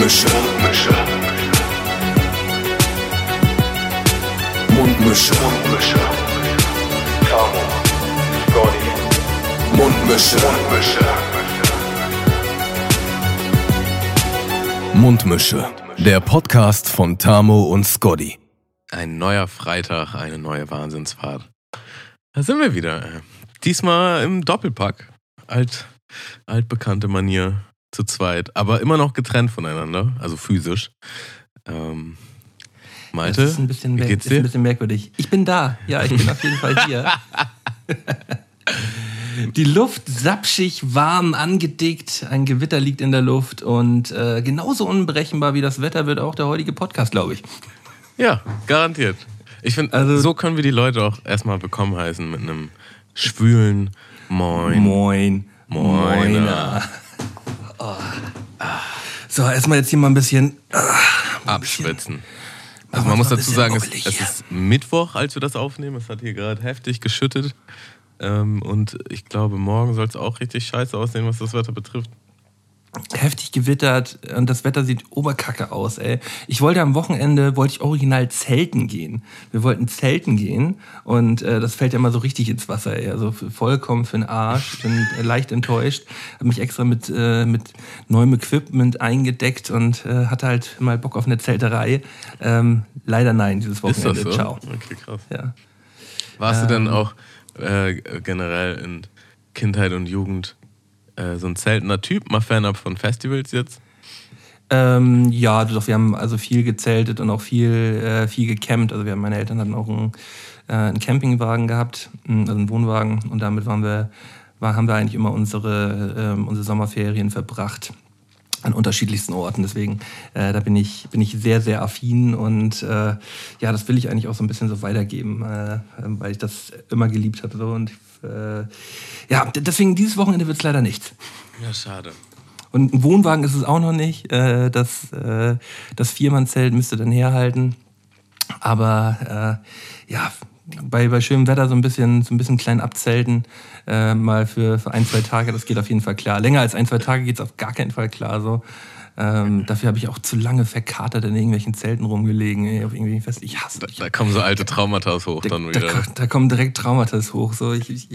Mundmische. Mundmische. Tamo, Scotty. Mundmische. Mundmische. Der Podcast von Tamo und Scotty. Ein neuer Freitag, eine neue Wahnsinnsfahrt. Da sind wir wieder. Diesmal im Doppelpack. Altbekannte Manier, zu zweit. Aber immer noch getrennt voneinander, also physisch. Malte, das ist ein bisschen wie geht's dir? Ist ein bisschen merkwürdig. Ich bin da. Ja, ich bin auf jeden Fall hier. Die Luft sapschig, warm, angedickt. Ein Gewitter liegt in der Luft. Und genauso unberechenbar wie das Wetter wird auch der heutige Podcast, glaube ich. Ja, garantiert. Ich finde, Also, so können wir die Leute auch erstmal willkommen heißen mit einem schwülen Moin. Moiner. Oh. So, erstmal jetzt hier mal ein bisschen Abschwitzen. Also man muss dazu sagen, es muckelig, ist Mittwoch, als wir das aufnehmen. Es hat hier gerade heftig geschüttet. Und ich glaube, morgen soll es auch richtig scheiße aussehen, was das Wetter betrifft. heftig gewittert und das Wetter sieht oberkacke aus, ey. Ich wollte am Wochenende, original zelten gehen. Wir wollten zelten gehen und das fällt ja mal so richtig ins Wasser, ey. Also vollkommen für den Arsch. Ich bin leicht enttäuscht. Habe mich extra mit neuem Equipment eingedeckt und hatte halt mal Bock auf eine Zelterei. Leider nein, dieses Wochenende. Ist das so? Ciao. Okay, krass. Ja. Warst du denn auch generell in Kindheit und Jugend so ein seltener Typ, mal fernab von Festivals jetzt? Ja, doch, wir haben also viel gezeltet und auch viel gecampt. Also meine Eltern hatten auch einen Campingwagen gehabt, also einen Wohnwagen, und damit haben wir eigentlich immer unsere Sommerferien verbracht an unterschiedlichsten Orten. Deswegen da bin ich sehr, sehr affin und ja, das will ich eigentlich auch so ein bisschen so weitergeben, weil ich das immer geliebt habe. So. Und ja, deswegen dieses Wochenende wird es leider nichts. Ja, schade. Und ein Wohnwagen ist es auch noch nicht. Das Viermannzelt müsste dann herhalten. Aber ja, bei schönem Wetter so ein bisschen klein abzelten, mal für 1-2 Tage, das geht auf jeden Fall klar. Länger als 1-2 Tage geht es auf gar keinen Fall klar. So. Dafür habe ich auch zu lange verkatert in irgendwelchen Zelten rumgelegen. Irgendwie fest. Ich hasse das. Da kommen so alte Traumata hoch dann wieder. Da kommen direkt Traumata hoch. So.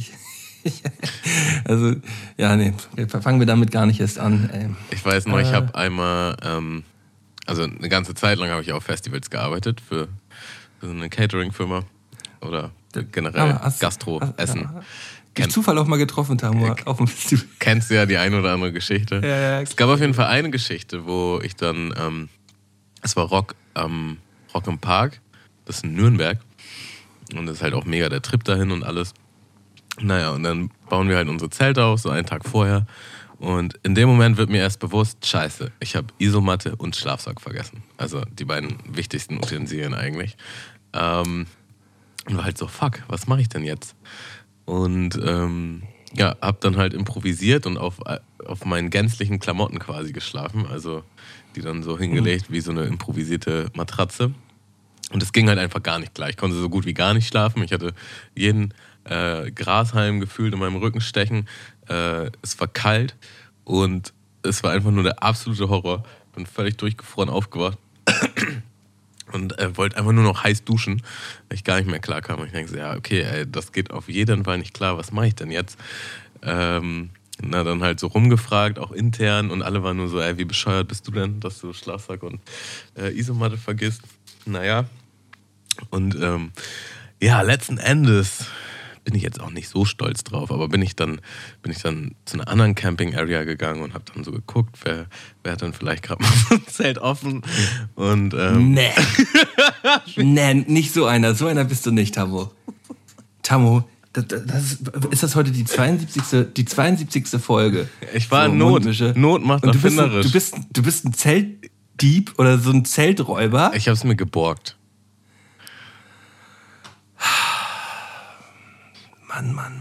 Also, ja, nee, fangen wir damit gar nicht erst an. Ey. Ich weiß noch, ich habe einmal, also eine ganze Zeit lang habe ich auf Festivals gearbeitet für so eine Catering-Firma oder generell Gastro-Essen. Durch Zufall auch mal getroffen haben auf dem Festival. Kennst du ja die eine oder andere Geschichte. Ja, es gab auf jeden Fall eine Geschichte, wo ich dann, es war Rock im Park, das ist in Nürnberg. Und das ist halt auch mega der Trip dahin und alles. Naja, und dann bauen wir halt unsere Zelte auf, so einen Tag vorher. Und in dem Moment wird mir erst bewusst, scheiße, ich habe Isomatte und Schlafsack vergessen. Also die beiden wichtigsten Utensilien eigentlich. Und war halt so, fuck, was mache ich denn jetzt? Und ja, hab dann halt improvisiert und auf meinen gänzlichen Klamotten quasi geschlafen. Also die dann so hingelegt wie so eine improvisierte Matratze. Und es ging halt einfach gar nicht klar. Ich konnte so gut wie gar nicht schlafen. Ich hatte jeden Grashalm gefühlt in meinem Rücken stechen. Es war kalt und es war einfach nur der absolute Horror. Bin völlig durchgefroren aufgewacht und wollte einfach nur noch heiß duschen, weil ich gar nicht mehr klar kam. Und ich denke so, ja, okay, ey, das geht auf jeden Fall nicht klar. Was mache ich denn jetzt? Dann halt so rumgefragt, auch intern, und alle waren nur so, ey, wie bescheuert bist du denn, dass du Schlafsack und Isomatte vergisst? Naja, und ja, letzten Endes bin ich jetzt auch nicht so stolz drauf, aber bin ich dann zu einer anderen Camping-Area gegangen und habe dann so geguckt, wer hat dann vielleicht gerade mal so ein Zelt offen. Und Nee, nicht so einer. So einer bist du nicht, Tamo. Tamo, ist das heute die 72. Folge? Ich war in Not. Not macht erfinderisch. Du bist ein Zeltdieb oder so ein Zelträuber? Ich habe es mir geborgt. Mann.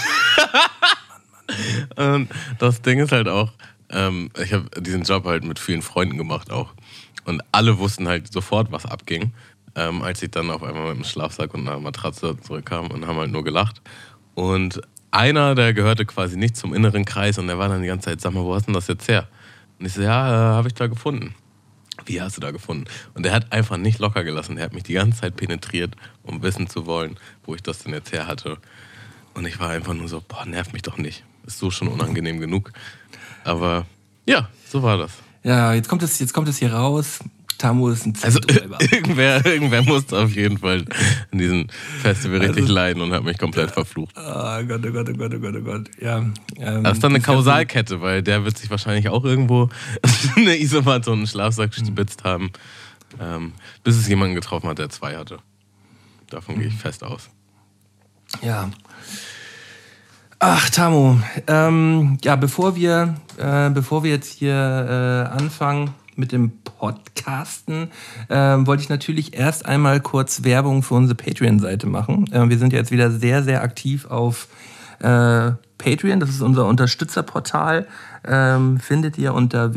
Und das Ding ist halt auch, ich habe diesen Job halt mit vielen Freunden gemacht auch. Und alle wussten halt sofort, was abging, als ich dann auf einmal mit einem Schlafsack und einer Matratze zurückkam, und haben halt nur gelacht. Und einer, der gehörte quasi nicht zum inneren Kreis, und der war dann die ganze Zeit, sag mal, wo hast du denn das jetzt her? Und ich so, ja, habe ich da gefunden. wie hast du da gefunden? Und der hat einfach nicht locker gelassen. Der hat mich die ganze Zeit penetriert, um wissen zu wollen, wo ich das denn jetzt her hatte. Und ich war einfach nur so, boah, nervt mich doch nicht. Ist so schon unangenehm genug. Aber ja, so war das. Ja, jetzt kommt es hier raus. Tamu ist ein Zeiträuber. Also irgendwer musste auf jeden Fall in diesem Festival richtig leiden und hat mich komplett verflucht. Oh Gott, oh Gott, oh Gott, oh Gott, oh Gott. Ja, das ist dann eine Kausalkette, weil der wird sich wahrscheinlich auch irgendwo eine Isomatte und einen Schlafsack gespitzt haben, bis es jemanden getroffen hat, der 2 hatte. Davon gehe ich fest aus. Ja. Ach, Tamu, ja, bevor wir jetzt hier anfangen mit dem Podcasten, wollte ich natürlich erst einmal kurz Werbung für unsere Patreon-Seite machen. Wir sind jetzt wieder sehr, sehr aktiv auf Patreon, das ist unser Unterstützerportal, findet ihr unter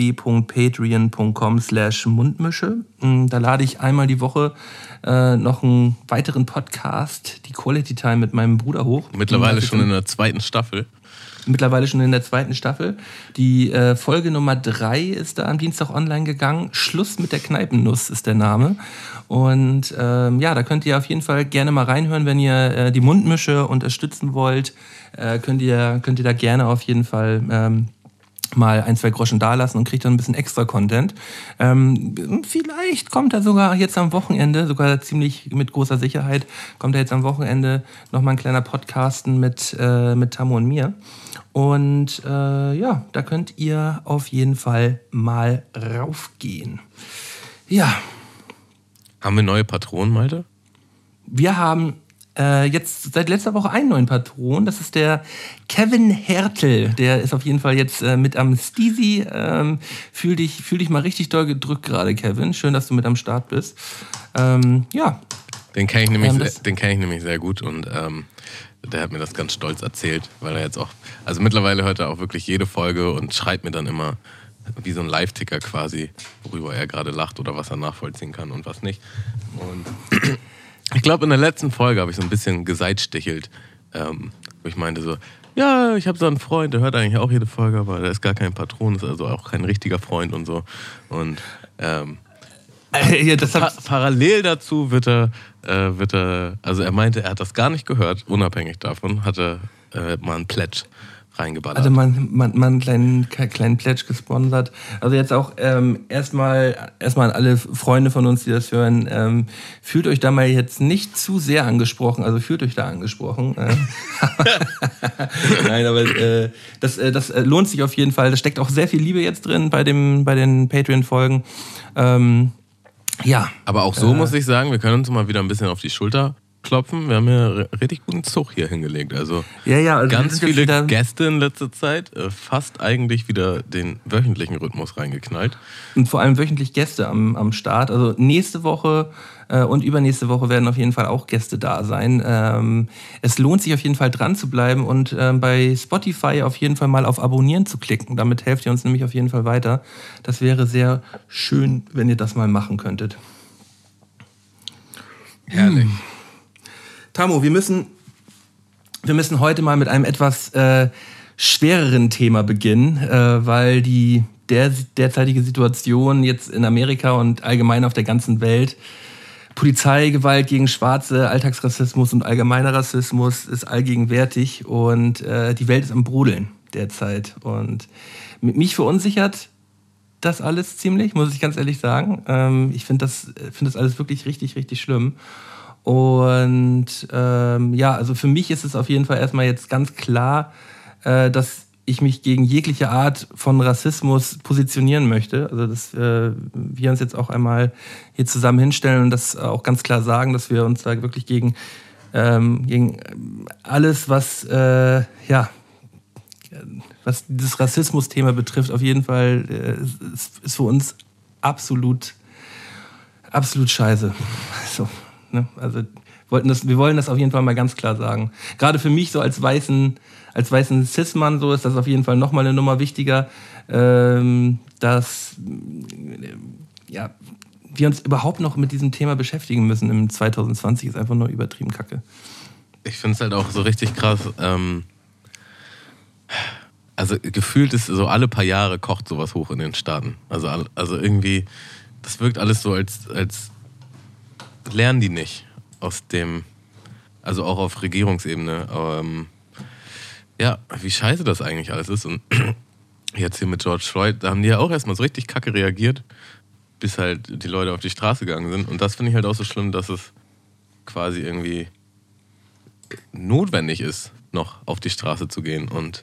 www.patreon.com/Mundmische. Da lade ich einmal die Woche noch einen weiteren Podcast, die Quality Time mit meinem Bruder hoch. Mittlerweile schon in der 2. Staffel. Mittlerweile schon in der 2. Staffel. Die Folge Nummer 3 ist da am Dienstag online gegangen. Schluss mit der Kneipennuss ist der Name. Und ja, da könnt ihr auf jeden Fall gerne mal reinhören, wenn ihr die Mundmische unterstützen wollt. Könnt ihr da gerne auf jeden Fall mal 1, 2 Groschen dalassen und kriegt dann ein bisschen extra Content. Vielleicht kommt da sogar jetzt am Wochenende, sogar ziemlich mit großer Sicherheit, kommt da jetzt am Wochenende nochmal ein kleiner Podcasten mit Tamu und mir. Und ja, da könnt ihr auf jeden Fall mal raufgehen. Ja. Haben wir neue Patronen, Malte? Wir haben jetzt seit letzter Woche einen neuen Patron. Das ist der Kevin Hertel. Der ist auf jeden Fall jetzt mit am Steezy. Fühl dich mal richtig doll gedrückt gerade, Kevin. Schön, dass du mit am Start bist. Ja. Den kenne ich nämlich sehr gut und der hat mir das ganz stolz erzählt, weil er jetzt auch, also mittlerweile hört er auch wirklich jede Folge und schreibt mir dann immer wie so ein Live-Ticker quasi, worüber er gerade lacht oder was er nachvollziehen kann und was nicht. Und ich glaube, in der letzten Folge habe ich so ein bisschen geseitstichelt, wo ich meinte so, ja, ich habe so einen Freund, der hört eigentlich auch jede Folge, aber der ist gar kein Patron, ist also auch kein richtiger Freund und so. Und parallel dazu wird er, also er meinte, er hat das gar nicht gehört, unabhängig davon, hat er mal einen Pledge reingeballert. Also man einen kleinen Pledge gesponsert. Also jetzt auch erstmal an alle Freunde von uns, die das hören, fühlt euch da mal jetzt nicht zu sehr angesprochen, also fühlt euch da angesprochen. Nein, aber das lohnt sich auf jeden Fall. Da steckt auch sehr viel Liebe jetzt drin bei den Patreon-Folgen. Ja. Aber auch so muss ich sagen, wir können uns mal wieder ein bisschen auf die Schulter klopfen. Wir haben ja richtig guten Zug hier hingelegt. Also, also ganz viele Gäste in letzter Zeit, fast eigentlich wieder den wöchentlichen Rhythmus reingeknallt. Und vor allem wöchentlich Gäste am Start. Also nächste Woche und übernächste Woche werden auf jeden Fall auch Gäste da sein. Es lohnt sich auf jeden Fall dran zu bleiben und bei Spotify auf jeden Fall mal auf Abonnieren zu klicken. Damit helft ihr uns nämlich auf jeden Fall weiter. Das wäre sehr schön, wenn ihr das mal machen könntet. Herrlich. Tamu, wir müssen heute mal mit einem etwas schwereren Thema beginnen, weil die derzeitige Situation jetzt in Amerika und allgemein auf der ganzen Welt, Polizeigewalt gegen Schwarze, Alltagsrassismus und allgemeiner Rassismus ist allgegenwärtig und die Welt ist am Brodeln derzeit. Und mich verunsichert das alles ziemlich, muss ich ganz ehrlich sagen. Ich finde das alles wirklich richtig, richtig schlimm. Und ja, also für mich ist es auf jeden Fall erstmal jetzt ganz klar, dass ich mich gegen jegliche Art von Rassismus positionieren möchte. Also dass wir uns jetzt auch einmal hier zusammen hinstellen und das auch ganz klar sagen, dass wir uns da wirklich gegen alles, was was dieses Rassismus-Thema betrifft, auf jeden Fall ist für uns absolut scheiße. Also wir wollen das auf jeden Fall mal ganz klar sagen. Gerade für mich so als weißen Cis-Mann so ist das auf jeden Fall nochmal eine Nummer wichtiger, dass wir uns überhaupt noch mit diesem Thema beschäftigen müssen im 2020 ist einfach nur übertrieben kacke. Ich finde es halt auch so richtig krass. Also also gefühlt ist so alle paar Jahre kocht sowas hoch in den Staaten. Also irgendwie, das wirkt alles so, als lernen die nicht aus dem, also auch auf Regierungsebene. Ja, wie scheiße das eigentlich alles ist. Und jetzt hier mit George Floyd, da haben die ja auch erstmal so richtig kacke reagiert, bis halt die Leute auf die Straße gegangen sind. Und das finde ich halt auch so schlimm, dass es quasi irgendwie notwendig ist, noch auf die Straße zu gehen und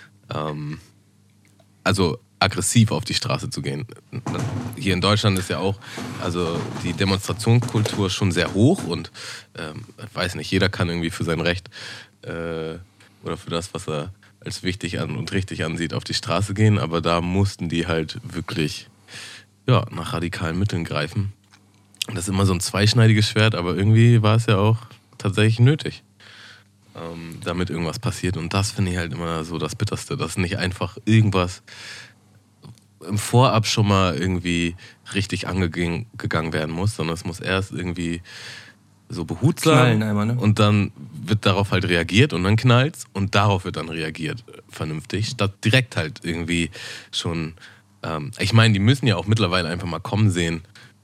also aggressiv auf die Straße zu gehen. Hier in Deutschland ist ja auch also die Demonstrationskultur schon sehr hoch und ich weiß nicht, jeder kann irgendwie für sein Recht oder für das, was er als wichtig und richtig ansieht, auf die Straße gehen, aber da mussten die halt wirklich nach radikalen Mitteln greifen. Und das ist immer so ein zweischneidiges Schwert, aber irgendwie war es ja auch tatsächlich nötig, damit irgendwas passiert. Und das finde ich halt immer so das Bitterste, dass nicht einfach irgendwas im Vorab schon mal irgendwie richtig angegangen werden muss, sondern es muss erst irgendwie so behutsam knallen einmal, ne? Und dann wird darauf halt reagiert und dann knallt's und darauf wird dann reagiert vernünftig, statt direkt halt irgendwie schon, ich meine, die müssen ja auch mittlerweile einfach mal kommen sehen,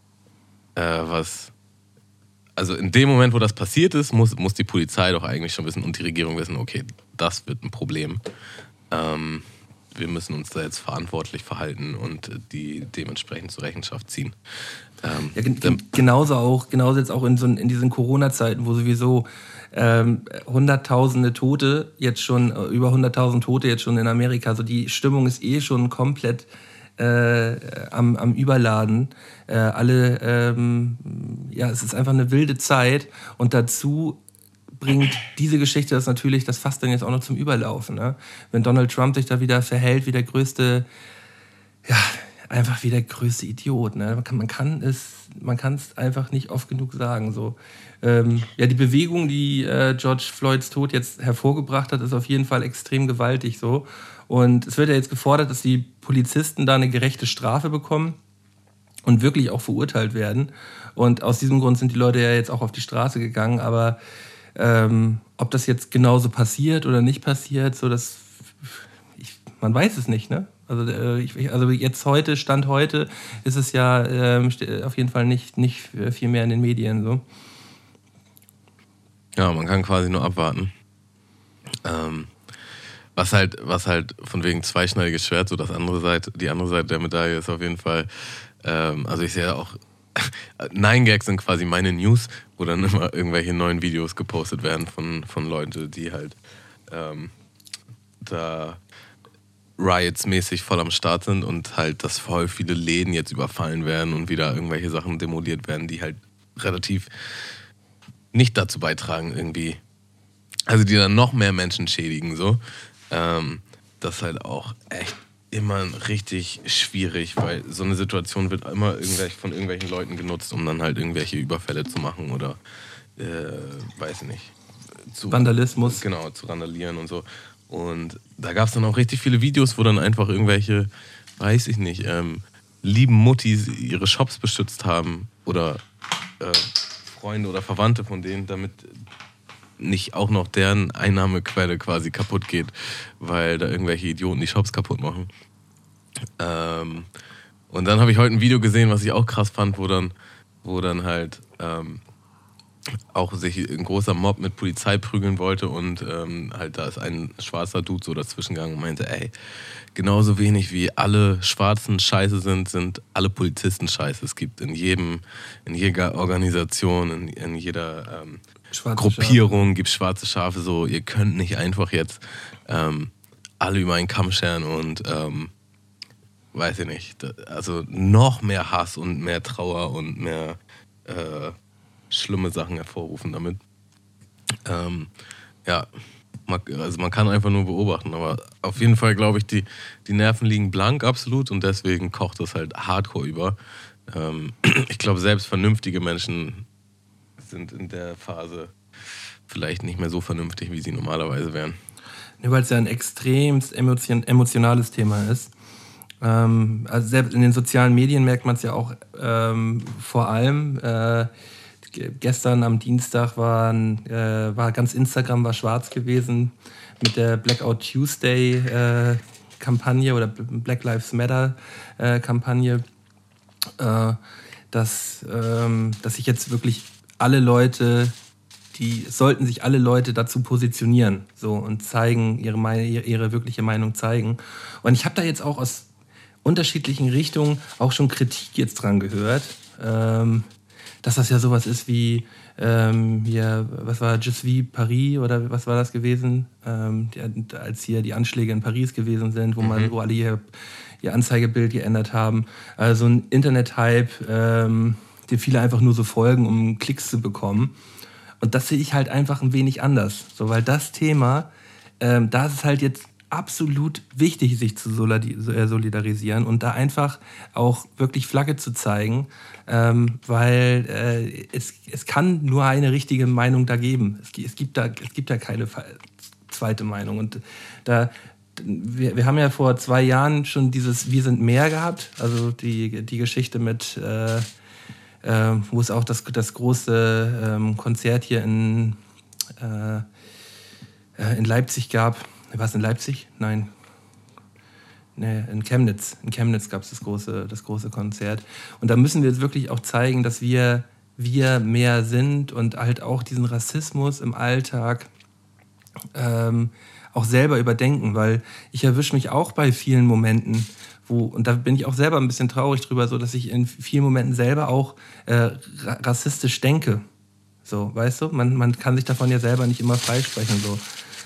also in dem Moment, wo das passiert ist, muss die Polizei doch eigentlich schon wissen und die Regierung wissen, okay, das wird ein Problem. Wir müssen uns da jetzt verantwortlich verhalten und die dementsprechend zur Rechenschaft ziehen. Genauso jetzt auch in diesen Corona-Zeiten, wo sowieso Hunderttausende Tote jetzt schon, über 100.000 Tote jetzt schon in Amerika, also die Stimmung ist schon komplett am Überladen. Es ist einfach eine wilde Zeit und dazu bringt diese Geschichte das fasst dann jetzt auch noch zum Überlaufen. Ne? Wenn Donald Trump sich da wieder verhält wie der größte, einfach wie der größte Idiot. Ne? Man kann es einfach nicht oft genug sagen. So. Die Bewegung, die George Floyds Tod jetzt hervorgebracht hat, ist auf jeden Fall extrem gewaltig so. Und es wird ja jetzt gefordert, dass die Polizisten da eine gerechte Strafe bekommen und wirklich auch verurteilt werden. Und aus diesem Grund sind die Leute ja jetzt auch auf die Straße gegangen. Aber ob das jetzt genauso passiert oder nicht passiert, man weiß es nicht, ne? Also jetzt Stand heute ist es ja auf jeden Fall nicht viel mehr in den Medien so. Ja, man kann quasi nur abwarten. Was halt von wegen zweischneidiges Schwert, so die andere Seite der Medaille ist auf jeden Fall, also ich sehe auch, 9gag sind quasi meine News, wo dann immer irgendwelche neuen Videos gepostet werden von Leuten, die halt da Riots-mäßig voll am Start sind und halt, dass voll viele Läden jetzt überfallen werden und wieder irgendwelche Sachen demoliert werden, die halt relativ nicht dazu beitragen irgendwie, also die dann noch mehr Menschen schädigen, so. Das ist halt auch echt immer richtig schwierig, weil so eine Situation wird immer von irgendwelchen Leuten genutzt, um dann halt irgendwelche Überfälle zu machen oder weiß nicht. Vandalismus. Genau, zu randalieren und so. Und da gab es dann auch richtig viele Videos, wo dann einfach irgendwelche, weiß ich nicht, lieben Muttis ihre Shops beschützt haben oder Freunde oder Verwandte von denen, damit nicht auch noch deren Einnahmequelle quasi kaputt geht, weil da irgendwelche Idioten die Shops kaputt machen. Und dann habe ich heute ein Video gesehen, was ich auch krass fand, wo dann halt auch sich ein großer Mob mit Polizei prügeln wollte und halt da ist ein schwarzer Dude so dazwischen gegangen und meinte, ey, genauso wenig wie alle Schwarzen scheiße sind alle Polizisten scheiße. Es gibt in jeder Organisation, in jeder Gruppierung gibt es schwarze Schafe, so, ihr könnt nicht einfach jetzt alle über einen Kamm scheren und weiß ich nicht, also noch mehr Hass und mehr Trauer und mehr schlimme Sachen hervorrufen damit. Also man kann einfach nur beobachten, aber auf jeden Fall glaube ich, die Nerven liegen blank absolut und deswegen kocht es halt hardcore über. Ich glaube, selbst vernünftige Menschen sind in der Phase vielleicht nicht mehr so vernünftig, wie sie normalerweise wären. Ja, weil es ja ein extremst emotionales Thema ist. Also selbst in den sozialen Medien merkt man es ja auch vor allem. Gestern am Dienstag war ganz Instagram war schwarz gewesen mit der Blackout Tuesday Kampagne oder Black Lives Matter Kampagne, dass sich jetzt wirklich alle Leute, sollten sich alle Leute dazu positionieren so und zeigen, ihre wirkliche Meinung zeigen. Und ich habe da jetzt auch aus unterschiedlichen Richtungen auch schon Kritik jetzt dran gehört, dass das ja sowas ist wie hier, was war Je suis Paris oder was war das gewesen, als hier die Anschläge in Paris gewesen sind, wo alle ihr Anzeigebild geändert haben. Also ein Internet-Hype, dem viele einfach nur so folgen, um Klicks zu bekommen. Und das sehe ich halt einfach ein wenig anders. So, weil das Thema, da ist es halt jetzt absolut wichtig, sich zu solidarisieren und da einfach auch wirklich Flagge zu zeigen, weil es kann nur eine richtige Meinung da geben. Es gibt da keine zweite Meinung. Und wir haben ja vor 2 Jahren schon dieses Wir sind mehr gehabt, also die Geschichte mit wo es auch das große Konzert hier in Leipzig gab. War es in Leipzig? Nein. Nee, in Chemnitz. In Chemnitz gab es das große Konzert. Und da müssen wir jetzt wirklich auch zeigen, dass wir mehr sind und halt auch diesen Rassismus im Alltag auch selber überdenken, weil ich erwische mich auch bei vielen Momenten, und da bin ich auch selber ein bisschen traurig drüber, so dass ich in vielen Momenten selber auch rassistisch denke. So, weißt du? Man kann sich davon ja selber nicht immer freisprechen. So.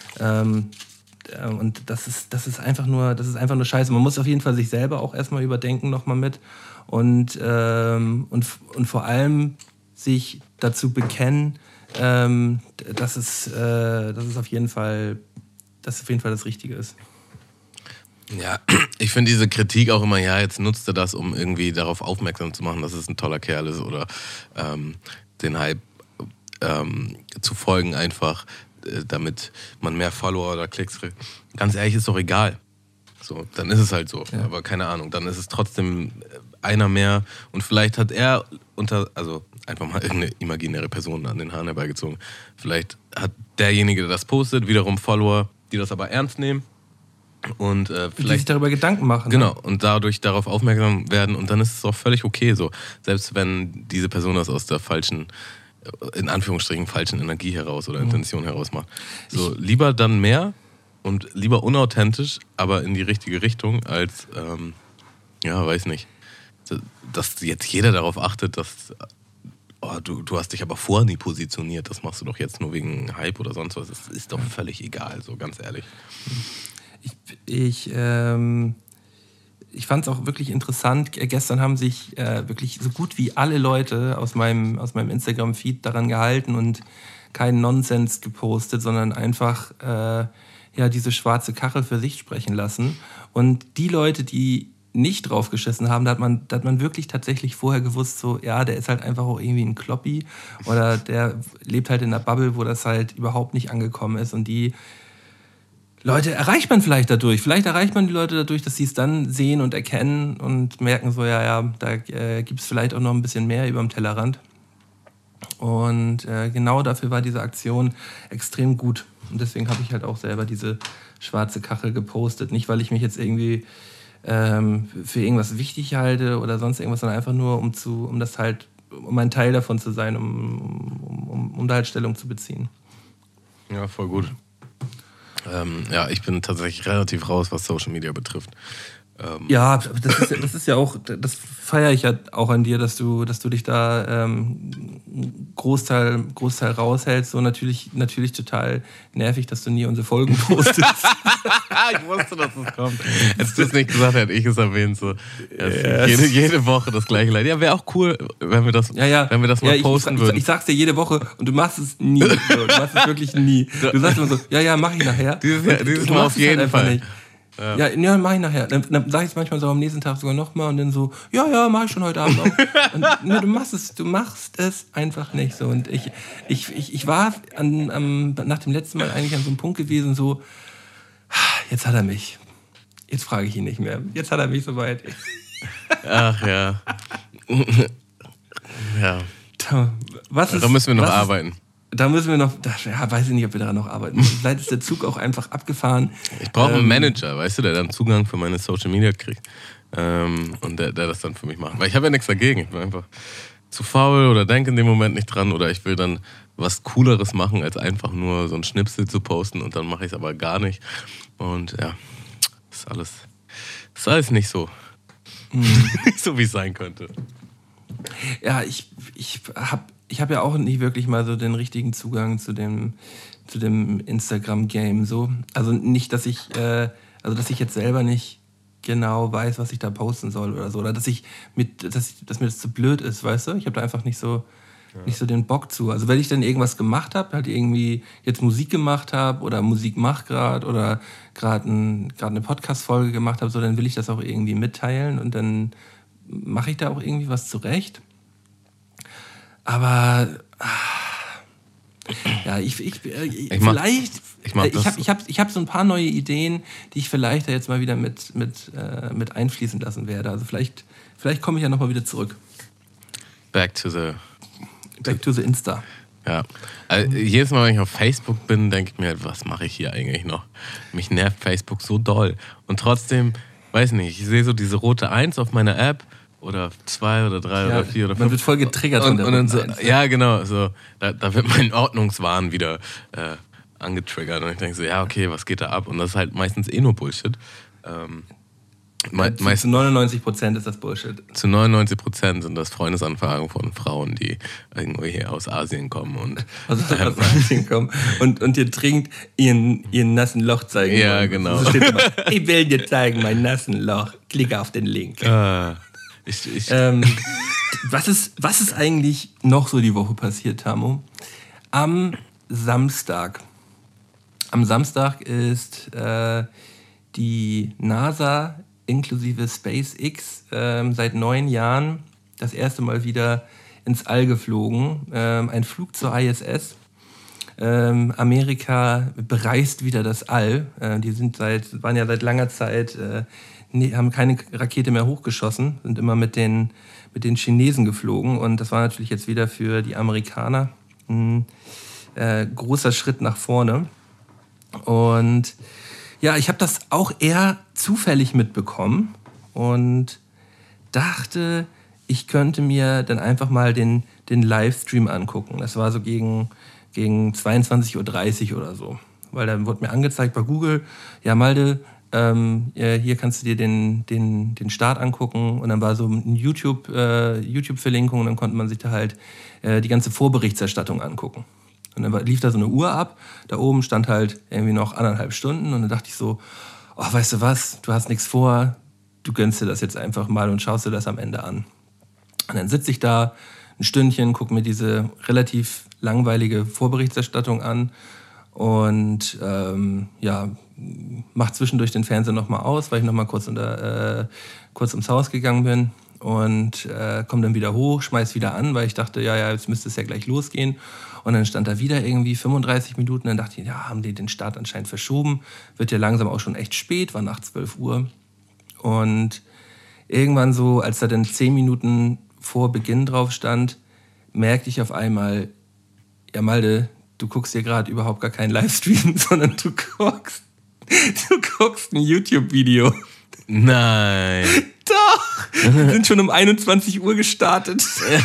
Und das ist einfach nur scheiße. Man muss auf jeden Fall sich selber auch erstmal überdenken nochmal mit und vor allem sich dazu bekennen, dass es auf jeden Fall das Richtige ist. Ja, ich finde diese Kritik auch immer, ja, jetzt nutzt er das, um irgendwie darauf aufmerksam zu machen, dass es ein toller Kerl ist oder den Hype zu folgen einfach, damit man mehr Follower oder Klicks kriegt. Ganz ehrlich, ist doch egal. So, dann ist es halt so. Ja. Aber keine Ahnung, dann ist es trotzdem einer mehr und vielleicht hat er also einfach mal irgendeine imaginäre Person an den Haaren herbeigezogen. Vielleicht hat derjenige, der das postet, wiederum Follower, die das aber ernst nehmen. Und vielleicht die sich darüber Gedanken machen. Genau, ne? Und dadurch darauf aufmerksam werden und dann ist es auch völlig okay so. Selbst wenn diese Person das aus der falschen, in Anführungsstrichen falschen Energie heraus oder Intention heraus macht. So, lieber dann mehr und lieber unauthentisch, aber in die richtige Richtung als, weiß nicht, dass jetzt jeder darauf achtet, dass du hast dich aber vorher nie positioniert, das machst du doch jetzt nur wegen Hype oder sonst was. Das ist doch völlig egal, so ganz ehrlich. Ich fand es auch wirklich interessant. Gestern haben sich wirklich so gut wie alle Leute aus meinem Instagram-Feed daran gehalten und keinen Nonsens gepostet, sondern einfach diese schwarze Kachel für sich sprechen lassen. Und die Leute, die nicht drauf geschissen haben, da hat man wirklich tatsächlich vorher gewusst, so, ja, der ist halt einfach auch irgendwie ein Kloppi oder der lebt halt in einer Bubble, wo das halt überhaupt nicht angekommen ist. Und die Leute erreicht man vielleicht dadurch. Vielleicht erreicht man die Leute dadurch, dass sie es dann sehen und erkennen und merken so, da gibt es vielleicht auch noch ein bisschen mehr über dem Tellerrand. Und genau dafür war diese Aktion extrem gut. Und deswegen habe ich halt auch selber diese schwarze Kachel gepostet. Nicht, weil ich mich jetzt irgendwie für irgendwas wichtig halte oder sonst irgendwas, sondern einfach nur, um ein Teil davon zu sein, um da halt Stellung zu beziehen. Ja, voll gut. Ich bin tatsächlich relativ raus, was Social Media betrifft. Das ist ja auch, das feiere ich ja auch an dir, dass du dich da Großteil raushältst. So natürlich total nervig, dass du nie unsere Folgen postest. Ich wusste, dass es kommt. Hättest du es nicht gesagt, hätte ich es erwähnt. So. Jede Woche das gleiche Leid. Ja, wäre auch cool, wenn wir das mal posten würden. Ich sag's dir jede Woche und du machst es nie. Du machst es wirklich nie. Du sagst immer so, mach ich nachher. Dieses Mal auf jeden Fall. Nicht. Ja, mach ich nachher. Dann sag ich es manchmal so am nächsten Tag sogar nochmal und dann so, mach ich schon heute Abend auch. Und, du machst es einfach nicht so. Und ich war nach dem letzten Mal eigentlich an so einem Punkt gewesen, so, jetzt hat er mich. Jetzt frage ich ihn nicht mehr. Jetzt hat er mich soweit. Ach ja. Ja. Da müssen wir noch arbeiten. Da müssen wir noch, weiß ich nicht, ob wir daran noch arbeiten. Vielleicht ist der Zug auch einfach abgefahren. Ich brauche einen Manager, weißt du, der dann Zugang für meine Social Media kriegt. Und der das dann für mich macht. Weil ich habe ja nichts dagegen. Ich bin einfach zu faul oder denke in dem Moment nicht dran oder ich will dann was Cooleres machen, als einfach nur so ein Schnipsel zu posten und dann mache ich es aber gar nicht. Und ja, ist alles nicht so. Nicht so, wie es sein könnte. Ja, ich hab ja auch nicht wirklich mal so den richtigen Zugang zu dem Instagram-Game. So. Also nicht, dass ich jetzt selber nicht genau weiß, was ich da posten soll oder so. Oder dass mir das zu blöd ist, weißt du? Ich habe da einfach nicht so den Bock zu. Also wenn ich dann irgendwas gemacht habe, halt irgendwie jetzt Musik gemacht habe oder Musik mache gerade oder gerade eine Podcast-Folge gemacht habe, so, dann will ich das auch irgendwie mitteilen und dann mache ich da auch irgendwie was zurecht. Aber ja, ich habe so ein paar neue Ideen, die ich vielleicht da jetzt mal wieder mit einfließen lassen werde. Also vielleicht komme ich ja nochmal wieder zurück. Back to the Insta. Ja. Also jedes Mal, wenn ich auf Facebook bin, denke ich mir halt, was mache ich hier eigentlich noch? Mich nervt Facebook so doll. Und trotzdem, weiß nicht, ich sehe so diese rote 1 auf meiner App oder 2 oder 3 oder 4 oder 5. Man wird voll getriggert von der und dann so, 1. ja, genau. So, da wird mein Ordnungswahn wieder angetriggert. Und ich denke so, ja, okay, was geht da ab? Und das ist halt meistens nur Bullshit. Zu 99% ist das Bullshit. Zu 99% sind das Freundesanfragen von Frauen, die irgendwo hier aus Asien kommen und aus Asien kommen und dir dringend ihren nassen Loch zeigen wollen. Ja, genau. So steht immer, ich will dir zeigen, mein nassen Loch. Klicke auf den Link. Was ist eigentlich noch so die Woche passiert, Tamo? Am Samstag ist die NASA inklusive SpaceX seit 9 Jahren das erste Mal wieder ins All geflogen. Ein Flug zur ISS. Amerika bereist wieder das All. Die waren ja seit langer Zeit, haben keine Rakete mehr hochgeschossen, sind immer mit den Chinesen geflogen. Und das war natürlich jetzt wieder für die Amerikaner ein großer Schritt nach vorne. Und ja, ich habe das auch eher zufällig mitbekommen und dachte, ich könnte mir dann einfach mal den Livestream angucken. Das war so gegen 22.30 Uhr oder so. Weil dann wurde mir angezeigt bei Google, ja Malde, hier kannst du dir den Start angucken. Und dann war so eine YouTube-Verlinkung und dann konnte man sich da halt die ganze Vorberichterstattung angucken. Und dann lief da so eine Uhr ab, da oben stand halt irgendwie noch 1,5 Stunden und dann dachte ich so, oh, weißt du was, du hast nichts vor, du gönnst dir das jetzt einfach mal und schaust dir das am Ende an. Und dann sitze ich da ein Stündchen, gucke mir diese relativ langweilige Vorberichterstattung an und mach zwischendurch den Fernseher nochmal aus, weil ich nochmal kurz ums Haus gegangen bin. Und komme dann wieder hoch, schmeiß wieder an, weil ich dachte, ja, jetzt müsste es ja gleich losgehen. Und dann stand da wieder irgendwie 35 Minuten. Dann dachte ich, ja, haben die den Start anscheinend verschoben. Wird ja langsam auch schon echt spät, war nach 12 Uhr. Und irgendwann so, als da dann 10 Minuten vor Beginn drauf stand, merkte ich auf einmal, ja Malde, du guckst hier gerade überhaupt gar keinen Livestream, sondern du guckst ein YouTube-Video. Nein. Doch! Wir sind schon um 21 Uhr gestartet.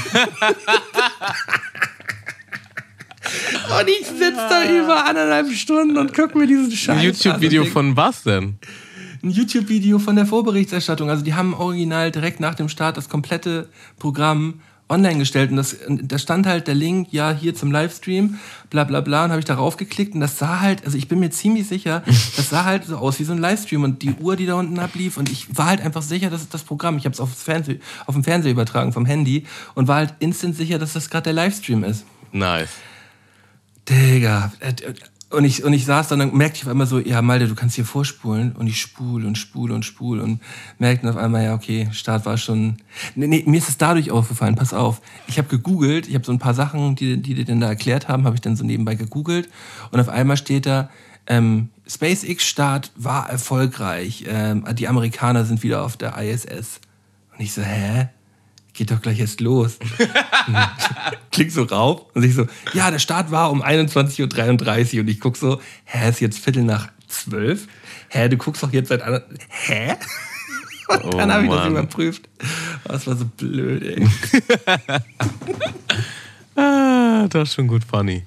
Und ich sitze da über 1,5 Stunden und gucke mir diesen Scheiß an. Ein YouTube-Video von was denn? Ein YouTube-Video von der Vorberichterstattung. Also die haben original direkt nach dem Start das komplette Programm online gestellt. Und da stand halt der Link, ja, hier zum Livestream, bla bla bla. Und habe ich darauf geklickt und das sah halt, also ich bin mir ziemlich sicher, das sah halt so aus wie so ein Livestream. Und die Uhr, die da unten ablief, und ich war halt einfach sicher, das ist das Programm. Ich habe es auf dem Fernseher übertragen vom Handy und war halt instant sicher, dass das gerade der Livestream ist. Nice. Digga. Und ich saß dann merkte ich auf einmal so, ja Malde, du kannst hier vorspulen. Und ich spule und merkte auf einmal, ja okay, Start war schon... Nee, mir ist es dadurch aufgefallen, pass auf. Ich habe gegoogelt, ich habe so ein paar Sachen, die denn da erklärt haben, habe ich dann so nebenbei gegoogelt. Und auf einmal steht da, SpaceX-Start war erfolgreich. Die Amerikaner sind wieder auf der ISS. Und ich so, hä? geht doch gleich erst los. Klick so rauf und ich so, ja, der Start war um 21:33 Uhr und ich guck so, ist jetzt 11:45? Du guckst doch jetzt seit hä? Und dann habe ich das überprüft. Das war so blöd, ey. Das ist schon gut funny.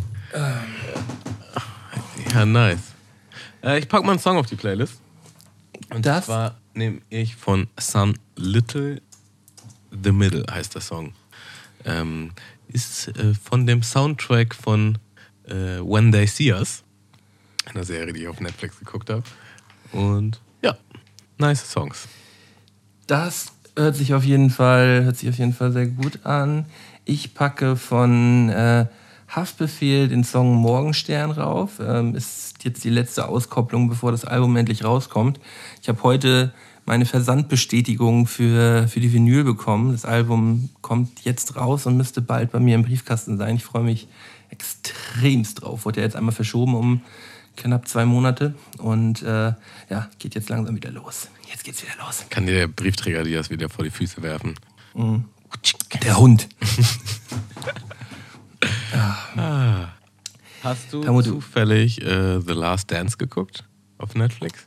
Ja, nice. Ich pack mal einen Song auf die Playlist. Und das zwar nehme ich von Sun Little, The Middle heißt der Song. Ist von dem Soundtrack von When They See Us, einer Serie, die ich auf Netflix geguckt habe. Und ja, nice Songs. Das hört sich auf jeden Fall sehr gut an. Ich packe von Haftbefehl den Song Morgenstern rauf. Ist jetzt die letzte Auskopplung, bevor das Album endlich rauskommt. Ich habe heute meine Versandbestätigung für die Vinyl bekommen. Das Album kommt jetzt raus und müsste bald bei mir im Briefkasten sein. Ich freue mich extremst drauf. Wurde ja jetzt einmal verschoben um knapp 2 Monate. Und geht jetzt langsam wieder los. Jetzt geht's wieder los. Kann dir der Briefträger dir das wieder vor die Füße werfen? Mhm. Der Hund. Hast du zufällig The Last Dance geguckt auf Netflix?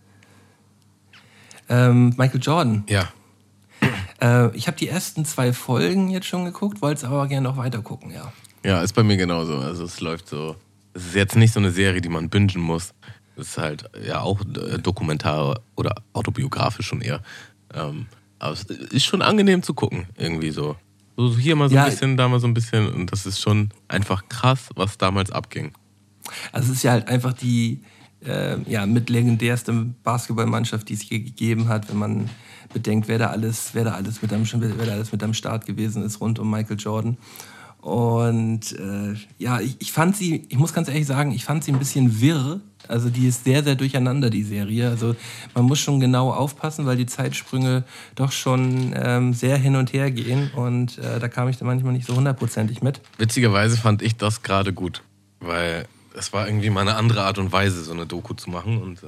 Michael Jordan. Ja. Ich habe die ersten 2 Folgen jetzt schon geguckt, wollte es aber gerne noch weiter gucken, ja. Ja, ist bei mir genauso. Also es läuft so. Es ist jetzt nicht so eine Serie, die man bingen muss. Es ist halt ja auch dokumentar oder autobiografisch schon eher. Aber es ist schon angenehm zu gucken, irgendwie so. So hier mal so ein bisschen, da mal so ein bisschen. Und das ist schon einfach krass, was damals abging. Also es ist ja halt einfach die mit legendärste Basketballmannschaft, die es je gegeben hat, wenn man bedenkt, wer da alles mit am Start gewesen ist rund um Michael Jordan. Und ich fand sie, ich muss ganz ehrlich sagen, ich fand sie ein bisschen wirr. Also die ist sehr, sehr durcheinander, die Serie. Also man muss schon genau aufpassen, weil die Zeitsprünge doch schon sehr hin und her gehen. Und da kam ich dann manchmal nicht so 100%ig mit. Witzigerweise fand ich das gerade gut, weil es war irgendwie mal eine andere Art und Weise, so eine Doku zu machen. Und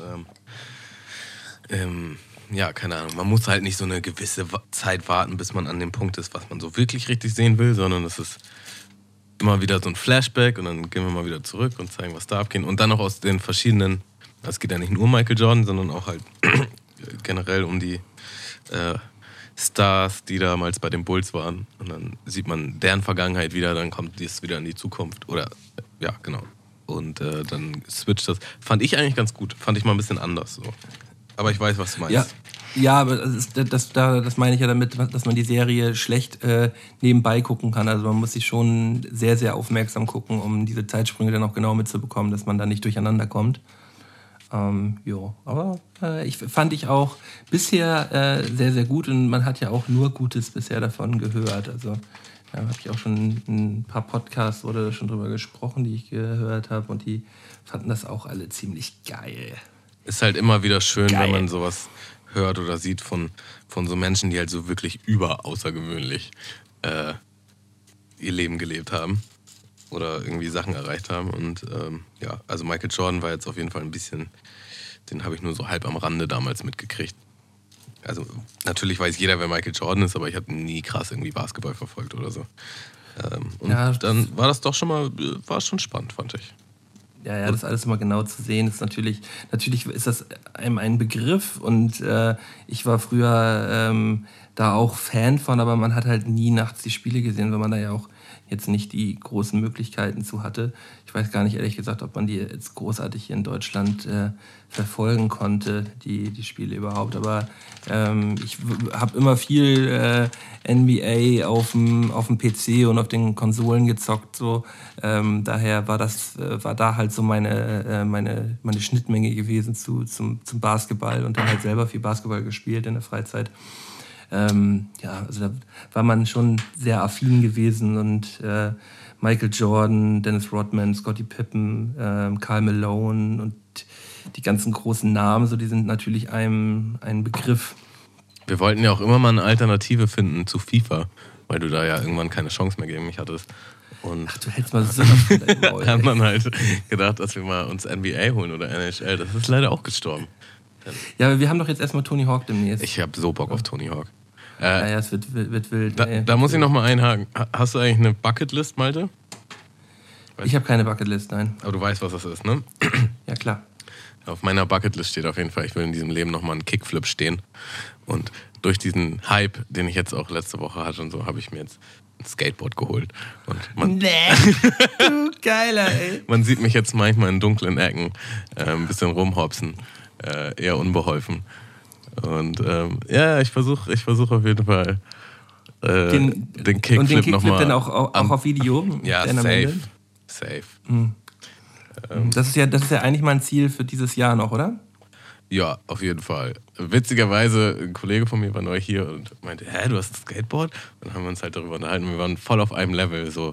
keine Ahnung, man muss halt nicht so eine gewisse Zeit warten, bis man an dem Punkt ist, was man so wirklich richtig sehen will, sondern es ist immer wieder so ein Flashback und dann gehen wir mal wieder zurück und zeigen, was da abgeht. Und dann auch aus den verschiedenen, es geht ja nicht nur um Michael Jordan, sondern auch halt generell um die Stars, die damals bei den Bulls waren. Und dann sieht man deren Vergangenheit wieder, dann kommt es wieder in die Zukunft. Oder, ja, genau. Und dann switcht das. Fand ich eigentlich ganz gut. Fand ich mal ein bisschen anders. So. Aber ich weiß, was du meinst. Ja, aber das meine ich ja damit, dass man die Serie schlecht nebenbei gucken kann. Also man muss sich schon sehr, sehr aufmerksam gucken, um diese Zeitsprünge dann auch genau mitzubekommen, dass man da nicht durcheinander kommt. Aber fand ich auch bisher sehr, sehr gut und man hat ja auch nur Gutes bisher davon gehört. Also habe ich auch schon ein paar Podcasts wurde schon drüber gesprochen, die ich gehört habe und die fanden das auch alle ziemlich geil. Ist halt immer wieder schön, wenn man sowas hört oder sieht von so Menschen, die halt so wirklich außergewöhnlich ihr Leben gelebt haben oder irgendwie Sachen erreicht haben. Und also Michael Jordan war jetzt auf jeden Fall ein bisschen, den habe ich nur so halb am Rande damals mitgekriegt. Also natürlich weiß jeder, wer Michael Jordan ist, aber ich habe nie krass irgendwie Basketball verfolgt oder so. Dann war das doch schon mal, war schon spannend, fand ich. Ja, das alles mal genau zu sehen, ist natürlich ist das einem ein Begriff und ich war früher da auch Fan von, aber man hat halt nie nachts die Spiele gesehen, weil man da ja auch jetzt nicht die großen Möglichkeiten zu hatte. Ich weiß gar nicht, ehrlich gesagt, ob man die jetzt großartig hier in Deutschland verfolgen konnte, die Spiele überhaupt. Aber ich habe immer viel NBA auf dem PC und auf den Konsolen gezockt. So. Daher war da halt so meine Schnittmenge gewesen zum Basketball und dann halt selber viel Basketball gespielt in der Freizeit. Also da war man schon sehr affin gewesen und Michael Jordan, Dennis Rodman, Scottie Pippen, Karl Malone und die ganzen großen Namen, so die sind natürlich einem ein Begriff. Wir wollten ja auch immer mal eine Alternative finden zu FIFA, weil du da ja irgendwann keine Chance mehr gegen mich hattest. Und ach, du hältst mal so von deinem Maul. Haben dann halt gedacht, dass wir mal uns NBA holen oder NHL. Das ist leider auch gestorben. Ja, aber wir haben doch jetzt erstmal Tony Hawk demnächst. Ich habe so Bock auf Tony Hawk. Naja, es wird wild. Da muss ich nochmal einhaken. Hast du eigentlich eine Bucketlist, Malte? Ich habe keine Bucketlist, nein. Aber du weißt, was das ist, ne? Ja, klar. Auf meiner Bucketlist steht auf jeden Fall, ich will in diesem Leben nochmal einen Kickflip stehen. Und durch diesen Hype, den ich jetzt auch letzte Woche hatte und so, habe ich mir jetzt ein Skateboard geholt. Und du Geiler, ey. Man sieht mich jetzt manchmal in dunklen Ecken ein bisschen rumhopsen, eher unbeholfen. Und ich versuche auf jeden Fall den Kickflip nochmal. Und den Kickflip dann auch auf Video? Ja, safe. Mhm. Das ist ja eigentlich mal ein Ziel für dieses Jahr noch, oder? Ja, auf jeden Fall. Witzigerweise, ein Kollege von mir war neu hier und meinte, du hast ein Skateboard? Dann haben wir uns halt darüber unterhalten. Wir waren voll auf einem Level, so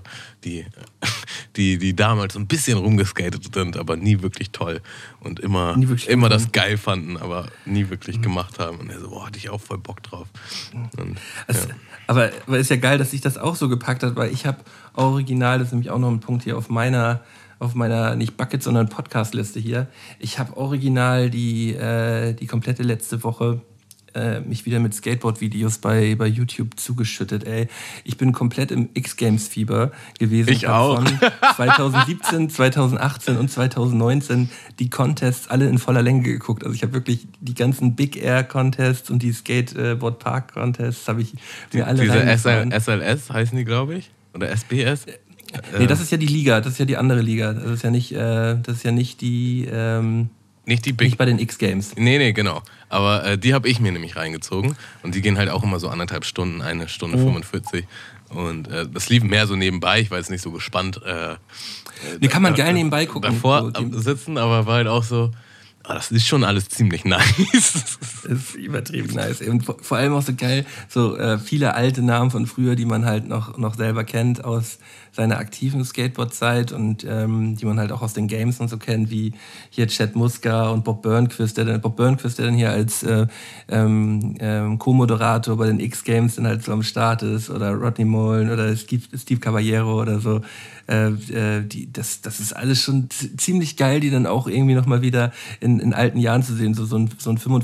die damals so ein bisschen rumgeskatet sind, aber nie wirklich toll. Und immer das geil fanden, aber nie wirklich gemacht haben. Und er so, hatte ich auch voll Bock drauf. Und, aber ist ja geil, dass sich das auch so gepackt hat, weil ich habe original, das ist nämlich auch noch ein Punkt hier auf meiner nicht Bucket, sondern Podcast-Liste hier. Ich habe original die komplette letzte Woche mich wieder mit Skateboard-Videos bei YouTube zugeschüttet, ey. Ich bin komplett im X-Games-Fieber gewesen. Ich auch. Von 2017, 2018 und 2019 die Contests alle in voller Länge geguckt. Also ich habe wirklich die ganzen Big Air Contests und die Skateboard Park Contests habe ich mir alle reingefahren. Diese SLS heißen die, glaube ich? Oder SBS? Nee, das ist ja die Liga, das ist ja die andere Liga. Das ist ja nicht die... Nicht bei den X-Games. Nee, genau. Aber die habe ich mir nämlich reingezogen. Und die gehen halt auch immer so 1,5 Stunden, 1 Stunde 45. Und das lief mehr so nebenbei. Ich war jetzt nicht so gespannt. Die kann man geil nebenbei gucken. Davor sitzen, aber war halt auch so... das ist schon alles ziemlich nice. Das ist übertrieben nice. Und vor allem auch so geil, so viele alte Namen von früher, die man halt noch selber kennt aus seiner aktiven Skateboard-Zeit und die man halt auch aus den Games und so kennt, wie hier Chad Muska und Bob Burnquist, der dann hier als Co-Moderator bei den X-Games dann halt so am Start ist, oder Rodney Mullen oder Steve Caballero oder so. Das ist alles schon ziemlich geil, die dann auch irgendwie nochmal wieder in alten Jahren zu sehen. So einen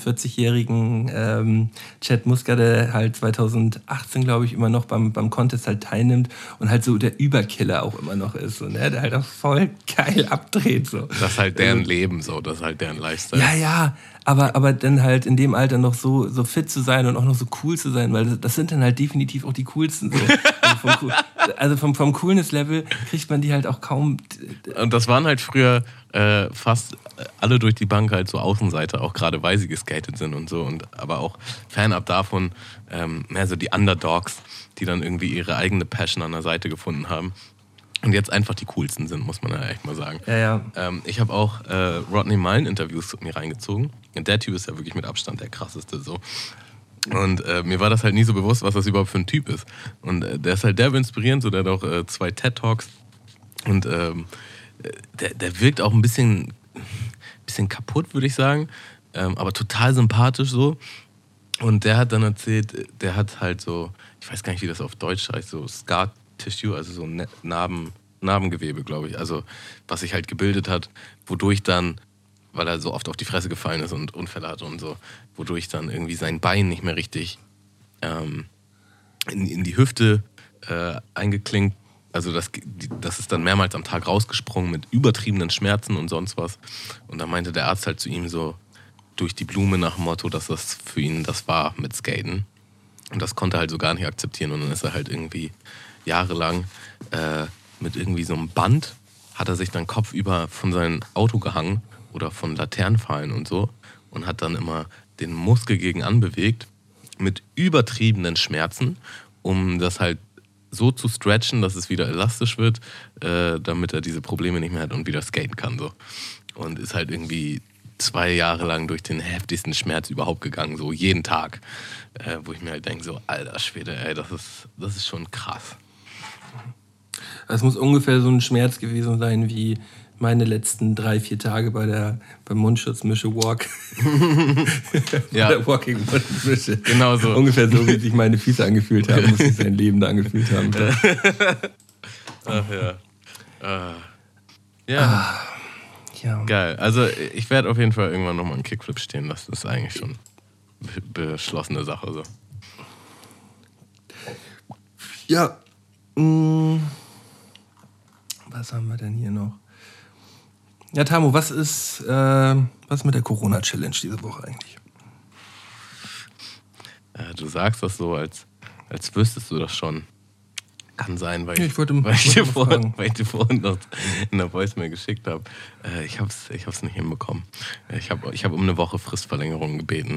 45-jährigen Chad Muska, der halt 2018, glaube ich, immer noch beim Contest halt teilnimmt und halt so der Überkiller auch immer noch ist. So, ne? Der halt auch voll geil abdreht. So. Das ist halt deren Leben so, das ist halt deren Lifestyle. Ja, aber dann halt in dem Alter noch so fit zu sein und auch noch so cool zu sein, weil das sind dann halt definitiv auch die coolsten. So. Also vom Coolness-Level kriegt man die halt auch kaum. Und das waren halt früher fast alle durch die Bank halt so Außenseiter, auch gerade weil sie geskatet sind und so. Aber auch fernab davon mehr so die Underdogs, die dann irgendwie ihre eigene Passion an der Seite gefunden haben. Und jetzt einfach die coolsten sind, muss man ja echt mal sagen. Ja. Ich habe auch Rodney Mullen Interviews mir reingezogen. Und der Typ ist ja wirklich mit Abstand der krasseste so. Und mir war das halt nie so bewusst, was das überhaupt für ein Typ ist. Und der ist halt derbe inspirierend, so der hat auch 2 TED-Talks. Und der wirkt auch ein bisschen kaputt, würde ich sagen. Aber total sympathisch so. Und der hat dann erzählt, der hat halt so, ich weiß gar nicht, wie das auf Deutsch heißt, so Scar Tissue, also so Narbengewebe, glaube ich. Also was sich halt gebildet hat, wodurch dann, weil er so oft auf die Fresse gefallen ist und Unfälle hatte und so, wodurch dann irgendwie sein Bein nicht mehr richtig in die Hüfte eingeklinkt. Also das ist dann mehrmals am Tag rausgesprungen mit übertriebenen Schmerzen und sonst was. Und da meinte der Arzt halt zu ihm so durch die Blume nach dem Motto, dass das für ihn das war mit Skaten. Und das konnte er halt so gar nicht akzeptieren. Und dann ist er halt irgendwie jahrelang mit irgendwie so einem Band, hat er sich dann kopfüber von seinem Auto gehangen oder von Laternenpfahlen und so und hat dann immer den Muskel gegen anbewegt mit übertriebenen Schmerzen, um das halt so zu stretchen, dass es wieder elastisch wird, damit er diese Probleme nicht mehr hat und wieder skaten kann. So. Und ist halt irgendwie 2 Jahre lang durch den heftigsten Schmerz überhaupt gegangen, so jeden Tag. Wo ich mir halt denke, so, alter Schwede, ey, das ist schon krass. Es muss ungefähr so ein Schmerz gewesen sein wie meine letzten 3-4 Tage beim Mundschutz-Mische Walk. Ja. Bei der Walking-Mische. Genau so. Ungefähr so, wie sich meine Füße angefühlt haben, muss sich sein Leben da angefühlt haben. Ach ja. Ja. Geil. Also ich werde auf jeden Fall irgendwann nochmal einen Kickflip stehen. Das ist eigentlich schon eine beschlossene Sache. So. Ja. Was haben wir denn hier noch? Ja, Tamu, was ist mit der Corona-Challenge diese Woche eigentlich? Du sagst das so, als wüsstest du das schon. Kann sein, weil ich dir vorhin noch in der Voicemail geschickt habe. Ich hab's nicht hinbekommen. Ich hab um eine Woche Fristverlängerung gebeten.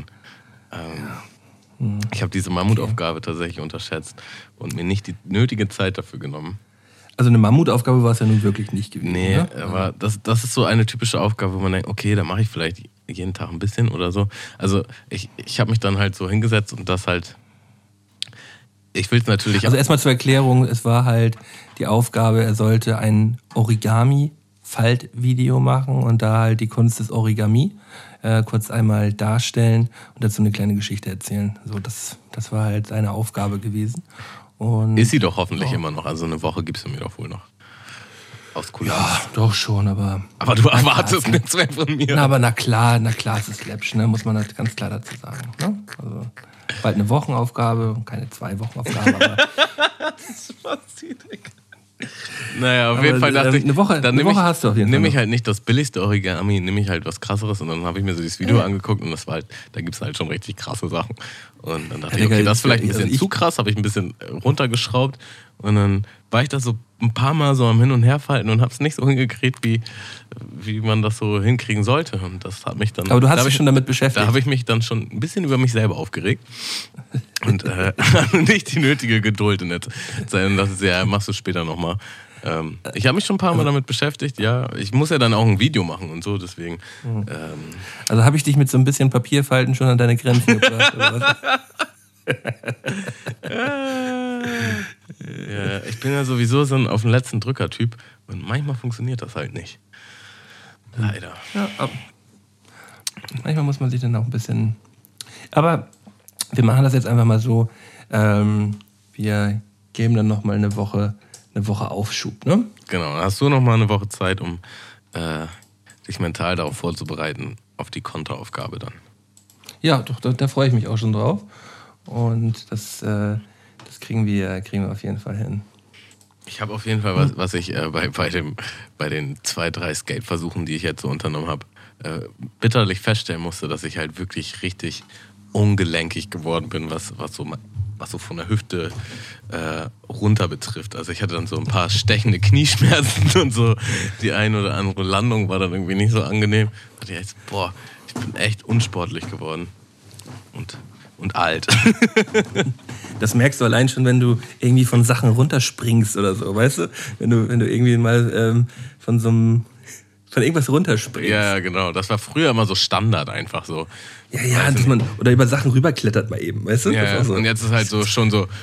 Ich habe diese Mammutaufgabe tatsächlich unterschätzt und mir nicht die nötige Zeit dafür genommen. Also eine Mammutaufgabe war es ja nun wirklich nicht gewesen. Nee, ne? aber das ist so eine typische Aufgabe, wo man denkt, okay, da mache ich vielleicht jeden Tag ein bisschen oder so. Also ich habe mich dann halt so hingesetzt und das halt, ich will es natürlich... Also erstmal zur Erklärung, es war halt die Aufgabe, er sollte ein Origami-Faltvideo machen und da halt die Kunst des Origami kurz einmal darstellen und dazu eine kleine Geschichte erzählen. So, das war halt seine Aufgabe gewesen. Und ist sie doch hoffentlich immer noch. Also eine Woche gibst du mir doch wohl noch. Aus Kulanz. Ja, doch schon, aber... Aber du erwartest nichts mehr von mir. Na klar, es ist läppsch, ne? Muss man halt ganz klar dazu sagen. Ne? Also bald eine Wochenaufgabe, keine 2 Wochenaufgabe, aber... Das passiert, Digga. Naja, auf jeden Fall dachte ich, eine Woche hast du auf jeden Fall. Nehme ich halt nicht das billigste Origami, nehme ich halt was krasseres und dann habe ich mir so dieses Video angeguckt und das war halt, da gibt es halt schon richtig krasse Sachen. Und dann dachte ich, okay, das ist vielleicht ein bisschen zu krass, habe ich ein bisschen runtergeschraubt und dann war ich da so ein paar Mal so am Hin- und Herfalten und habe es nicht so hingekriegt, wie man das so hinkriegen sollte. Und das hat mich dann... Aber du hast dich schon damit beschäftigt. Da habe ich mich dann schon ein bisschen über mich selber aufgeregt und nicht die nötige Geduld in der Zeit. Und das ist ja, machst du später nochmal. Ich habe mich schon ein paar Mal damit beschäftigt, ja. Ich muss ja dann auch ein Video machen und so, deswegen... Also habe ich dich mit so ein bisschen Papierfalten schon an deine Grenzen gebracht, oder was? Ja, ich bin ja sowieso so ein auf den letzten Drücker-Typ und manchmal funktioniert das halt nicht. Leider. Ja, manchmal muss man sich dann auch ein bisschen... Aber wir machen das jetzt einfach mal so, wir geben dann nochmal eine Woche Aufschub, ne? Genau, dann hast du nochmal eine Woche Zeit, um dich mental darauf vorzubereiten, auf die Konteraufgabe dann. Ja, doch, da freue ich mich auch schon drauf. Und das kriegen wir auf jeden Fall hin. Ich habe auf jeden Fall was ich bei den 2, 3 Skate-Versuchen, die ich jetzt so unternommen habe, bitterlich feststellen musste, dass ich halt wirklich richtig ungelenkig geworden bin, was so von der Hüfte runter betrifft. Also ich hatte dann so ein paar stechende Knieschmerzen und so die eine oder andere Landung war dann irgendwie nicht so angenehm. Da dachte ich jetzt, ich bin echt unsportlich geworden und alt. Das merkst du allein schon, wenn du irgendwie von Sachen runterspringst oder so, weißt du? Wenn du irgendwie mal von irgendwas runterspringst. Ja, genau. Das war früher immer so Standard einfach so. Ja, dass man oder über Sachen rüberklettert mal eben, weißt du? Ja, so. Und jetzt ist halt so schon so.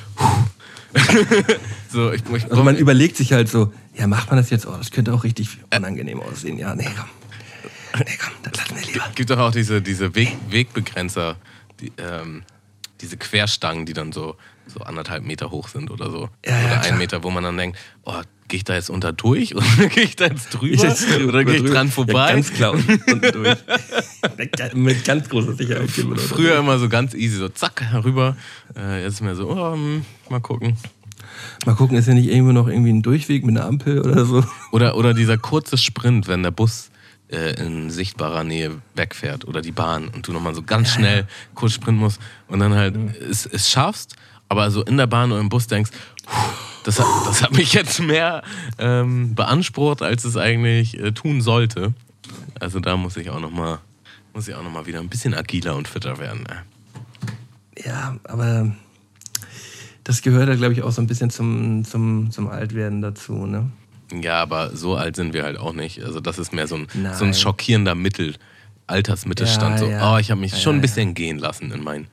Also man überlegt sich halt so, ja, macht man das jetzt? Oh, das könnte auch richtig unangenehm aussehen. Ja, nee, komm, das lassen wir lieber. Gibt doch auch diese Wegbegrenzer, diese Querstangen, die dann so 1,5 Meter hoch sind oder so. Oder 1 Meter, wo man dann denkt, gehe ich da jetzt unter durch oder gehe ich da jetzt drüber oder gehe ich dran vorbei? Ja, ganz klar unten durch. Mit ganz großer Sicherheit. Früher immer so ganz easy, so zack, herüber. Jetzt ist mir so, mal gucken. Mal gucken, ist ja nicht irgendwo noch irgendwie ein Durchweg mit einer Ampel oder so? Oder dieser kurze Sprint, wenn der Bus in sichtbarer Nähe wegfährt oder die Bahn und du nochmal so ganz schnell kurz sprinten musst und dann halt es schaffst, aber so in der Bahn oder im Bus denkst, das hat mich jetzt mehr beansprucht, als es eigentlich tun sollte. Also da muss ich auch noch mal wieder ein bisschen agiler und fitter werden. Ja, aber das gehört ja, glaube ich, auch so ein bisschen zum Altwerden dazu, ne? Ja, aber so alt sind wir halt auch nicht. Also das ist mehr so ein schockierender Altersmittelstand. Ich habe mich schon ein bisschen gehen lassen in meinen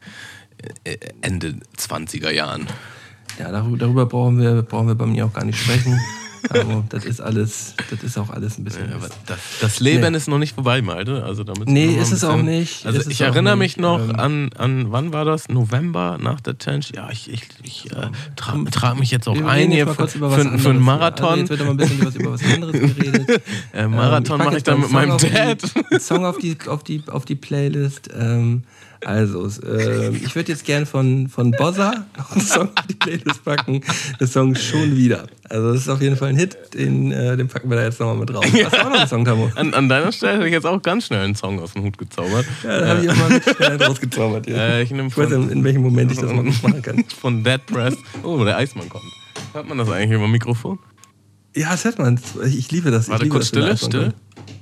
Ende 20er Jahren. Ja, darüber brauchen wir bei mir auch gar nicht sprechen. Aber das ist auch alles ein bisschen. Ja, aber das Leben ist noch nicht vorbei, Malte. Also damit ist es auch nicht. Also ich erinnere mich noch an, wann war das? November nach der Challenge? Ja, ich trage mich jetzt auch ein hier für einen Marathon. Also jetzt wird aber ein bisschen über was anderes geredet. Marathon mache ich dann mit meinem Dad. Song auf die Playlist. Also, ich würde jetzt gern von Bozza noch einen Song auf die Playlist packen. Der Song Schon wieder. Also, das ist auf jeden Fall ein Hit. Den packen wir da jetzt nochmal mit drauf. Hast du auch noch einen Song, Tamo? An deiner Stelle hätte ich jetzt auch ganz schnell einen Song aus dem Hut gezaubert. Ja, da habe ich auch mal mit schnell rausgezaubert. Ja. Ich weiß in welchem Moment ich das mal machen kann. Von Dead Press. Oh, der Eismann kommt. Hört man das eigentlich über Mikrofon? Ja, das hört man. Ich liebe das. Warte, kurz Stille.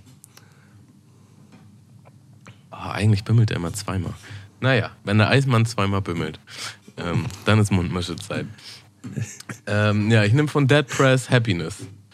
Eigentlich bimmelt er immer zweimal. Naja, wenn der Eismann zweimal bimmelt, dann ist Mundmischezeit. Ich nehme von Dead Press Happiness.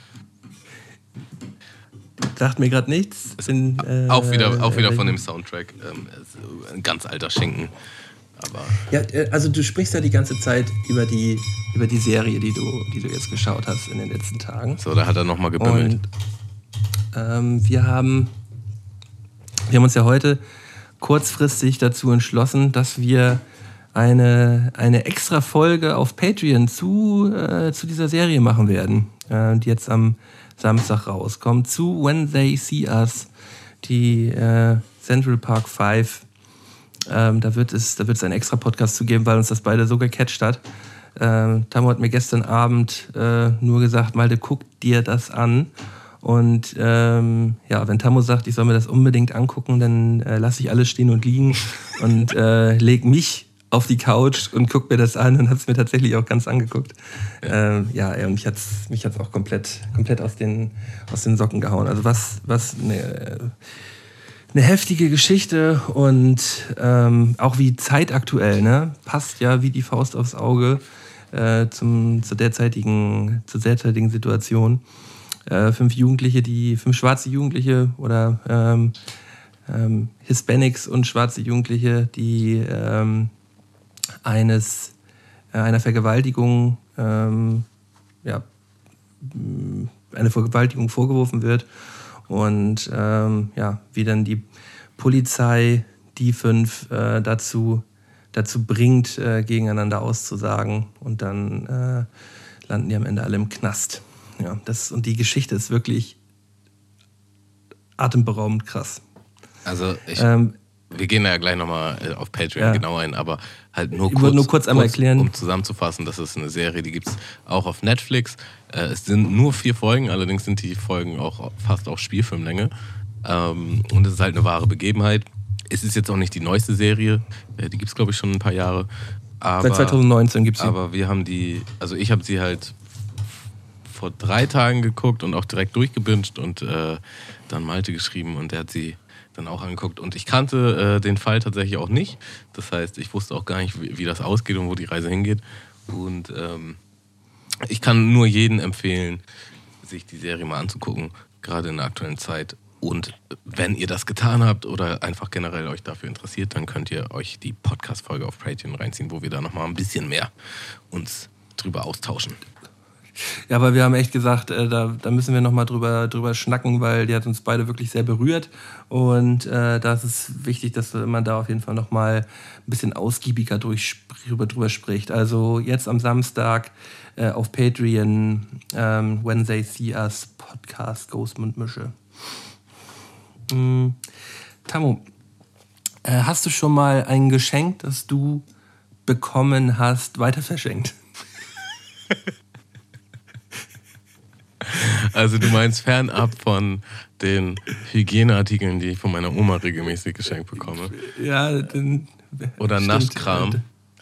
Sagt mir gerade nichts. Auch wieder von dem Soundtrack. Ein ganz alter Schinken. Aber ja, also du sprichst ja die ganze Zeit über die Serie, die du jetzt geschaut hast in den letzten Tagen. So, da hat er nochmal gebimmelt. Und wir haben uns ja heute kurzfristig dazu entschlossen, dass wir eine extra Folge auf Patreon zu dieser Serie machen werden, die jetzt am Samstag rauskommt, zu When They See Us, die Central Park 5. Da wird es einen extra Podcast zu geben, weil uns das beide so gecatcht hat. Tamo hat mir gestern Abend nur gesagt, Malte, guck dir das an. Und wenn Tamo sagt, ich soll mir das unbedingt angucken, dann lasse ich alles stehen und liegen und leg mich auf die Couch und guck mir das an und habe es mir tatsächlich auch ganz angeguckt. Und mich hat's auch komplett aus den Socken gehauen. Also was eine heftige Geschichte und auch wie zeitaktuell, ne? Passt ja wie die Faust aufs Auge zur derzeitigen Situation. 5 schwarze Jugendliche oder Hispanics und schwarze Jugendliche, die einer Vergewaltigung eine Vergewaltigung vorgeworfen wird und wie dann die Polizei die 5 dazu bringt, gegeneinander auszusagen und dann landen die am Ende alle im Knast. Ja, und die Geschichte ist wirklich atemberaubend krass. Also wir gehen ja gleich nochmal auf Patreon genau ein, aber halt nur kurz einmal erklären. Um zusammenzufassen, das ist eine Serie, die gibt es auch auf Netflix. Es sind nur 4 Folgen, allerdings sind die Folgen auch fast auf Spielfilmlänge. Und es ist halt eine wahre Begebenheit. Es ist jetzt auch nicht die neueste Serie, die gibt es glaube ich schon ein paar Jahre. Seit 2019 gibt es sie. Aber ich habe sie halt vor 3 Tagen geguckt und auch direkt durchgebinged und dann Malte geschrieben und der hat sie dann auch angeguckt. Und ich kannte den Fall tatsächlich auch nicht. Das heißt, ich wusste auch gar nicht, wie das ausgeht und wo die Reise hingeht. Und ich kann nur jedem empfehlen, sich die Serie mal anzugucken, gerade in der aktuellen Zeit. Und wenn ihr das getan habt oder einfach generell euch dafür interessiert, dann könnt ihr euch die Podcast-Folge auf Patreon reinziehen, wo wir da nochmal ein bisschen mehr uns drüber austauschen. Ja, aber wir haben echt gesagt, da müssen wir nochmal drüber schnacken, weil die hat uns beide wirklich sehr berührt. Und da ist es wichtig, dass man da auf jeden Fall nochmal ein bisschen ausgiebiger drüber spricht. Also jetzt am Samstag auf Patreon, When They See Us, Podcast Ghost Mundmische. Tamo, hast du schon mal ein Geschenk, das du bekommen hast, weiter verschenkt? Also du meinst fernab von den Hygieneartikeln, die ich von meiner Oma regelmäßig geschenkt bekomme? Ja, oder Nachtkram.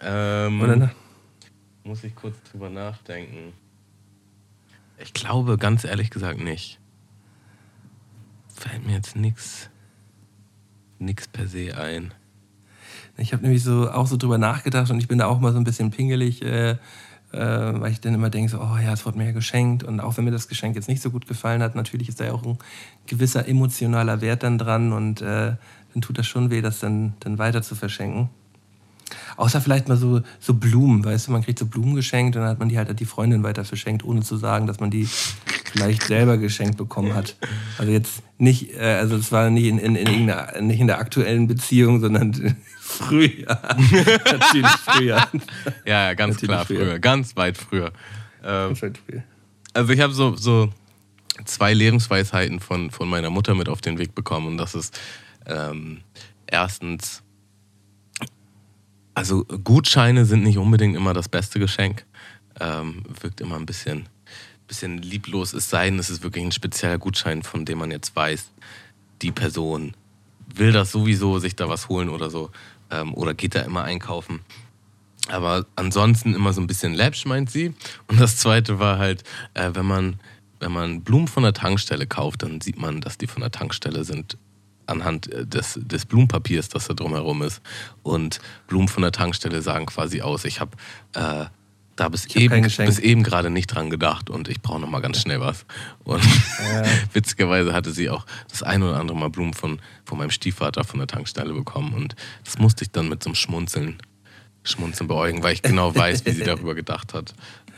Muss ich kurz drüber nachdenken. Ich glaube, ganz ehrlich gesagt nicht. Fällt mir jetzt nichts per se ein. Ich habe nämlich auch so drüber nachgedacht und ich bin da auch mal so ein bisschen pingelig, weil ich dann immer denke, so, oh ja, es wurde mir ja geschenkt. Und auch wenn mir das Geschenk jetzt nicht so gut gefallen hat, natürlich ist da ja auch ein gewisser emotionaler Wert dann dran und dann tut das schon weh, das dann weiter zu verschenken. Außer vielleicht mal so Blumen, weißt du, man kriegt so Blumen geschenkt und dann hat man die halt an die Freundin weiter verschenkt, ohne zu sagen, dass man die vielleicht selber geschenkt bekommen hat. Also jetzt nicht, also es war nicht nicht in der aktuellen Beziehung, sondern früher. Natürlich früher. Ja, ganz klar früher. Ganz weit früher. Ganz weit früher. Also ich habe so 2 Lebensweisheiten von meiner Mutter mit auf den Weg bekommen. Und das ist erstens, also Gutscheine sind nicht unbedingt immer das beste Geschenk. Wirkt immer ein bisschen lieblos, es sei denn, es ist wirklich ein spezieller Gutschein, von dem man jetzt weiß, die Person will das sowieso, sich da was holen oder so, oder geht da immer einkaufen. Aber ansonsten immer so ein bisschen läppsch, meint sie. Und das Zweite war halt, wenn man Blumen von der Tankstelle kauft, dann sieht man, dass die von der Tankstelle sind, anhand des Blumenpapiers, das da drumherum ist. Und Blumen von der Tankstelle sagen quasi aus, ich habe da bis eben gerade nicht dran gedacht und ich brauche noch mal ganz schnell was. Und witzigerweise hatte sie auch das ein oder andere Mal Blumen von meinem Stiefvater von der Tankstelle bekommen und das musste ich dann mit so einem Schmunzeln beäugen, weil ich genau weiß, wie sie darüber gedacht hat.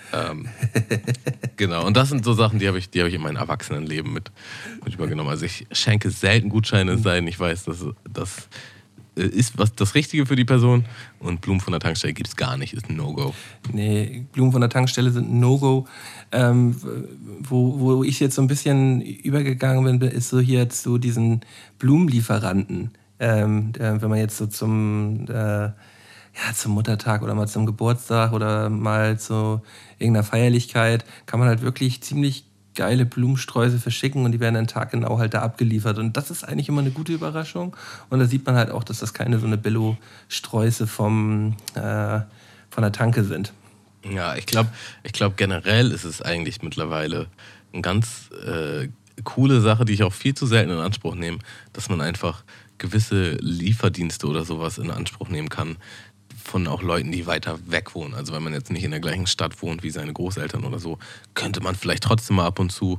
Genau, und das sind so Sachen, die habe ich in mein Erwachsenenleben mit übergenommen. Also ich schenke selten Gutscheine, es sei denn, ich weiß, dass das ist was das Richtige für die Person und Blumen von der Tankstelle gibt es gar nicht, ist ein No-Go. Nee, Blumen von der Tankstelle sind ein No-Go. Wo ich jetzt so ein bisschen übergegangen bin, ist so hier zu diesen Blumenlieferanten. Wenn man jetzt so zum Muttertag oder mal zum Geburtstag oder mal zu irgendeiner Feierlichkeit, kann man halt wirklich ziemlich geile Blumensträuße verschicken und die werden dann taggenau halt da abgeliefert. Und das ist eigentlich immer eine gute Überraschung. Und da sieht man halt auch, dass das keine so eine Billo-Sträuße von der Tanke sind. Ja, ich glaube generell ist es eigentlich mittlerweile eine ganz coole Sache, die ich auch viel zu selten in Anspruch nehme, dass man einfach gewisse Lieferdienste oder sowas in Anspruch nehmen kann von auch Leuten, die weiter weg wohnen. Also wenn man jetzt nicht in der gleichen Stadt wohnt wie seine Großeltern oder so, könnte man vielleicht trotzdem mal ab und zu,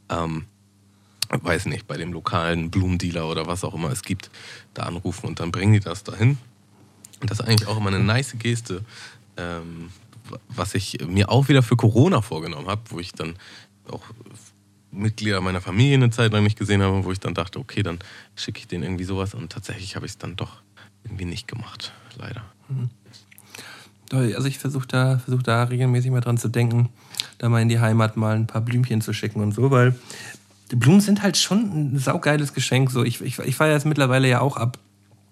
weiß nicht, bei dem lokalen Blumendealer oder was auch immer es gibt, da anrufen und dann bringen die das dahin. Und das ist eigentlich auch immer eine nice Geste, was ich mir auch wieder für Corona vorgenommen habe, wo ich dann auch Mitglieder meiner Familie eine Zeit lang nicht gesehen habe, wo ich dann dachte, okay, dann schicke ich denen irgendwie sowas und tatsächlich habe ich es dann doch irgendwie nicht gemacht, leider. Also ich versuche da regelmäßig mal dran zu denken, da mal in die Heimat mal ein paar Blümchen zu schicken und so, weil die Blumen sind halt schon ein saugeiles Geschenk. So, ich feiere es mittlerweile ja auch ab,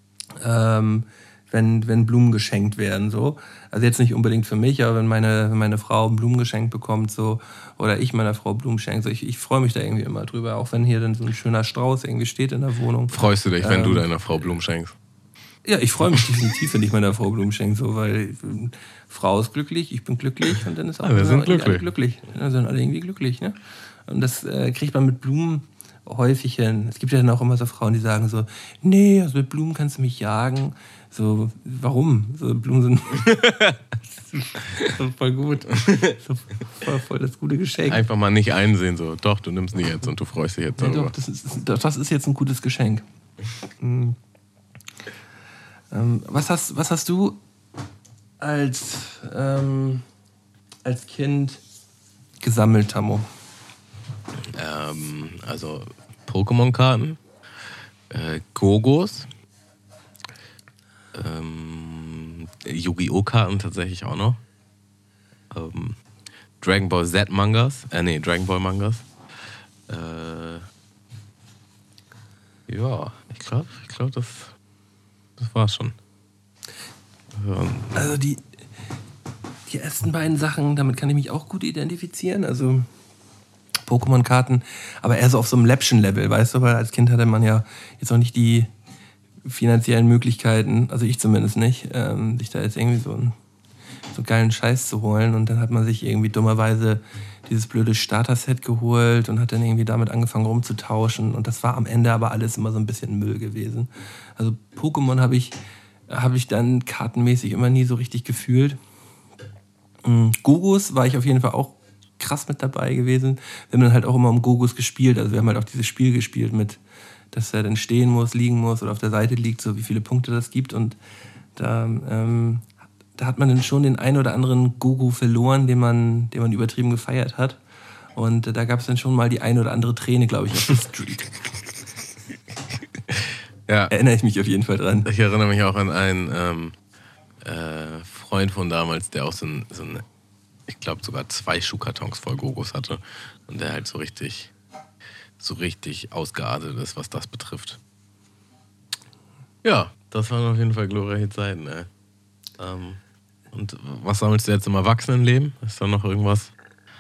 wenn Blumen geschenkt werden. So. Also jetzt nicht unbedingt für mich, aber wenn meine Frau Blumen geschenkt bekommt so, oder ich meiner Frau Blumen schenke, so, ich freue mich da irgendwie immer drüber, auch wenn hier dann so ein schöner Strauß irgendwie steht in der Wohnung. Freust du dich, wenn du deiner Frau Blumen schenkst? Ja, ich freue mich definitiv, wenn ich meiner Frau Blumen schenke, so, weil Frau ist glücklich, ich bin glücklich und dann ist auch wir sind alle glücklich. Ja, sind alle irgendwie glücklich, ne? Und das kriegt man mit Blumen häufig hin. Es gibt ja dann auch immer so Frauen, die sagen so, nee, also mit Blumen kannst du mich jagen. So, warum? So, Blumen sind voll gut. So, voll das gute Geschenk. Einfach mal nicht einsehen, so, doch, du nimmst die jetzt und du freust dich jetzt darüber. Ja, das ist jetzt ein gutes Geschenk. Was hast du als Kind gesammelt, Tammo? Also Pokémon-Karten, Gogos, Yu-Gi-Oh! Karten tatsächlich auch noch, Dragon Ball Z Mangas, Dragon Ball Mangas. Ja, ich glaube, das war's schon. Also die ersten beiden Sachen, damit kann ich mich auch gut identifizieren. Also Pokémon-Karten, aber eher so auf so einem Läppchen-Level, weißt du, weil als Kind hatte man ja jetzt auch nicht die finanziellen Möglichkeiten, also ich zumindest nicht, sich da jetzt irgendwie so einen geilen Scheiß zu holen und dann hat man sich irgendwie dummerweise dieses blöde Starter-Set geholt und hat dann irgendwie damit angefangen rumzutauschen und das war am Ende aber alles immer so ein bisschen Müll gewesen. Also Pokémon habe ich dann kartenmäßig immer nie so richtig gefühlt. Gogos war ich auf jeden Fall auch krass mit dabei gewesen. Wir haben dann halt auch immer um Gogos gespielt. Also wir haben halt auch dieses Spiel gespielt mit, dass er dann stehen muss, liegen muss oder auf der Seite liegt, so wie viele Punkte das gibt. Und da da hat man dann schon den einen oder anderen Gogo verloren, den man übertrieben gefeiert hat. Und da gab es dann schon mal die eine oder andere Träne, glaube ich, auf der Street. Ja. Erinnere ich mich auf jeden Fall dran. Ich erinnere mich auch an einen Freund von damals, der auch so ein ich glaube sogar 2 Schuhkartons voll Gogos hatte. Und der halt so richtig ausgeartet ist, was das betrifft. Ja, das waren auf jeden Fall glorreiche Zeiten, ey. Und was sammelst du jetzt im Erwachsenenleben? Ist da noch irgendwas?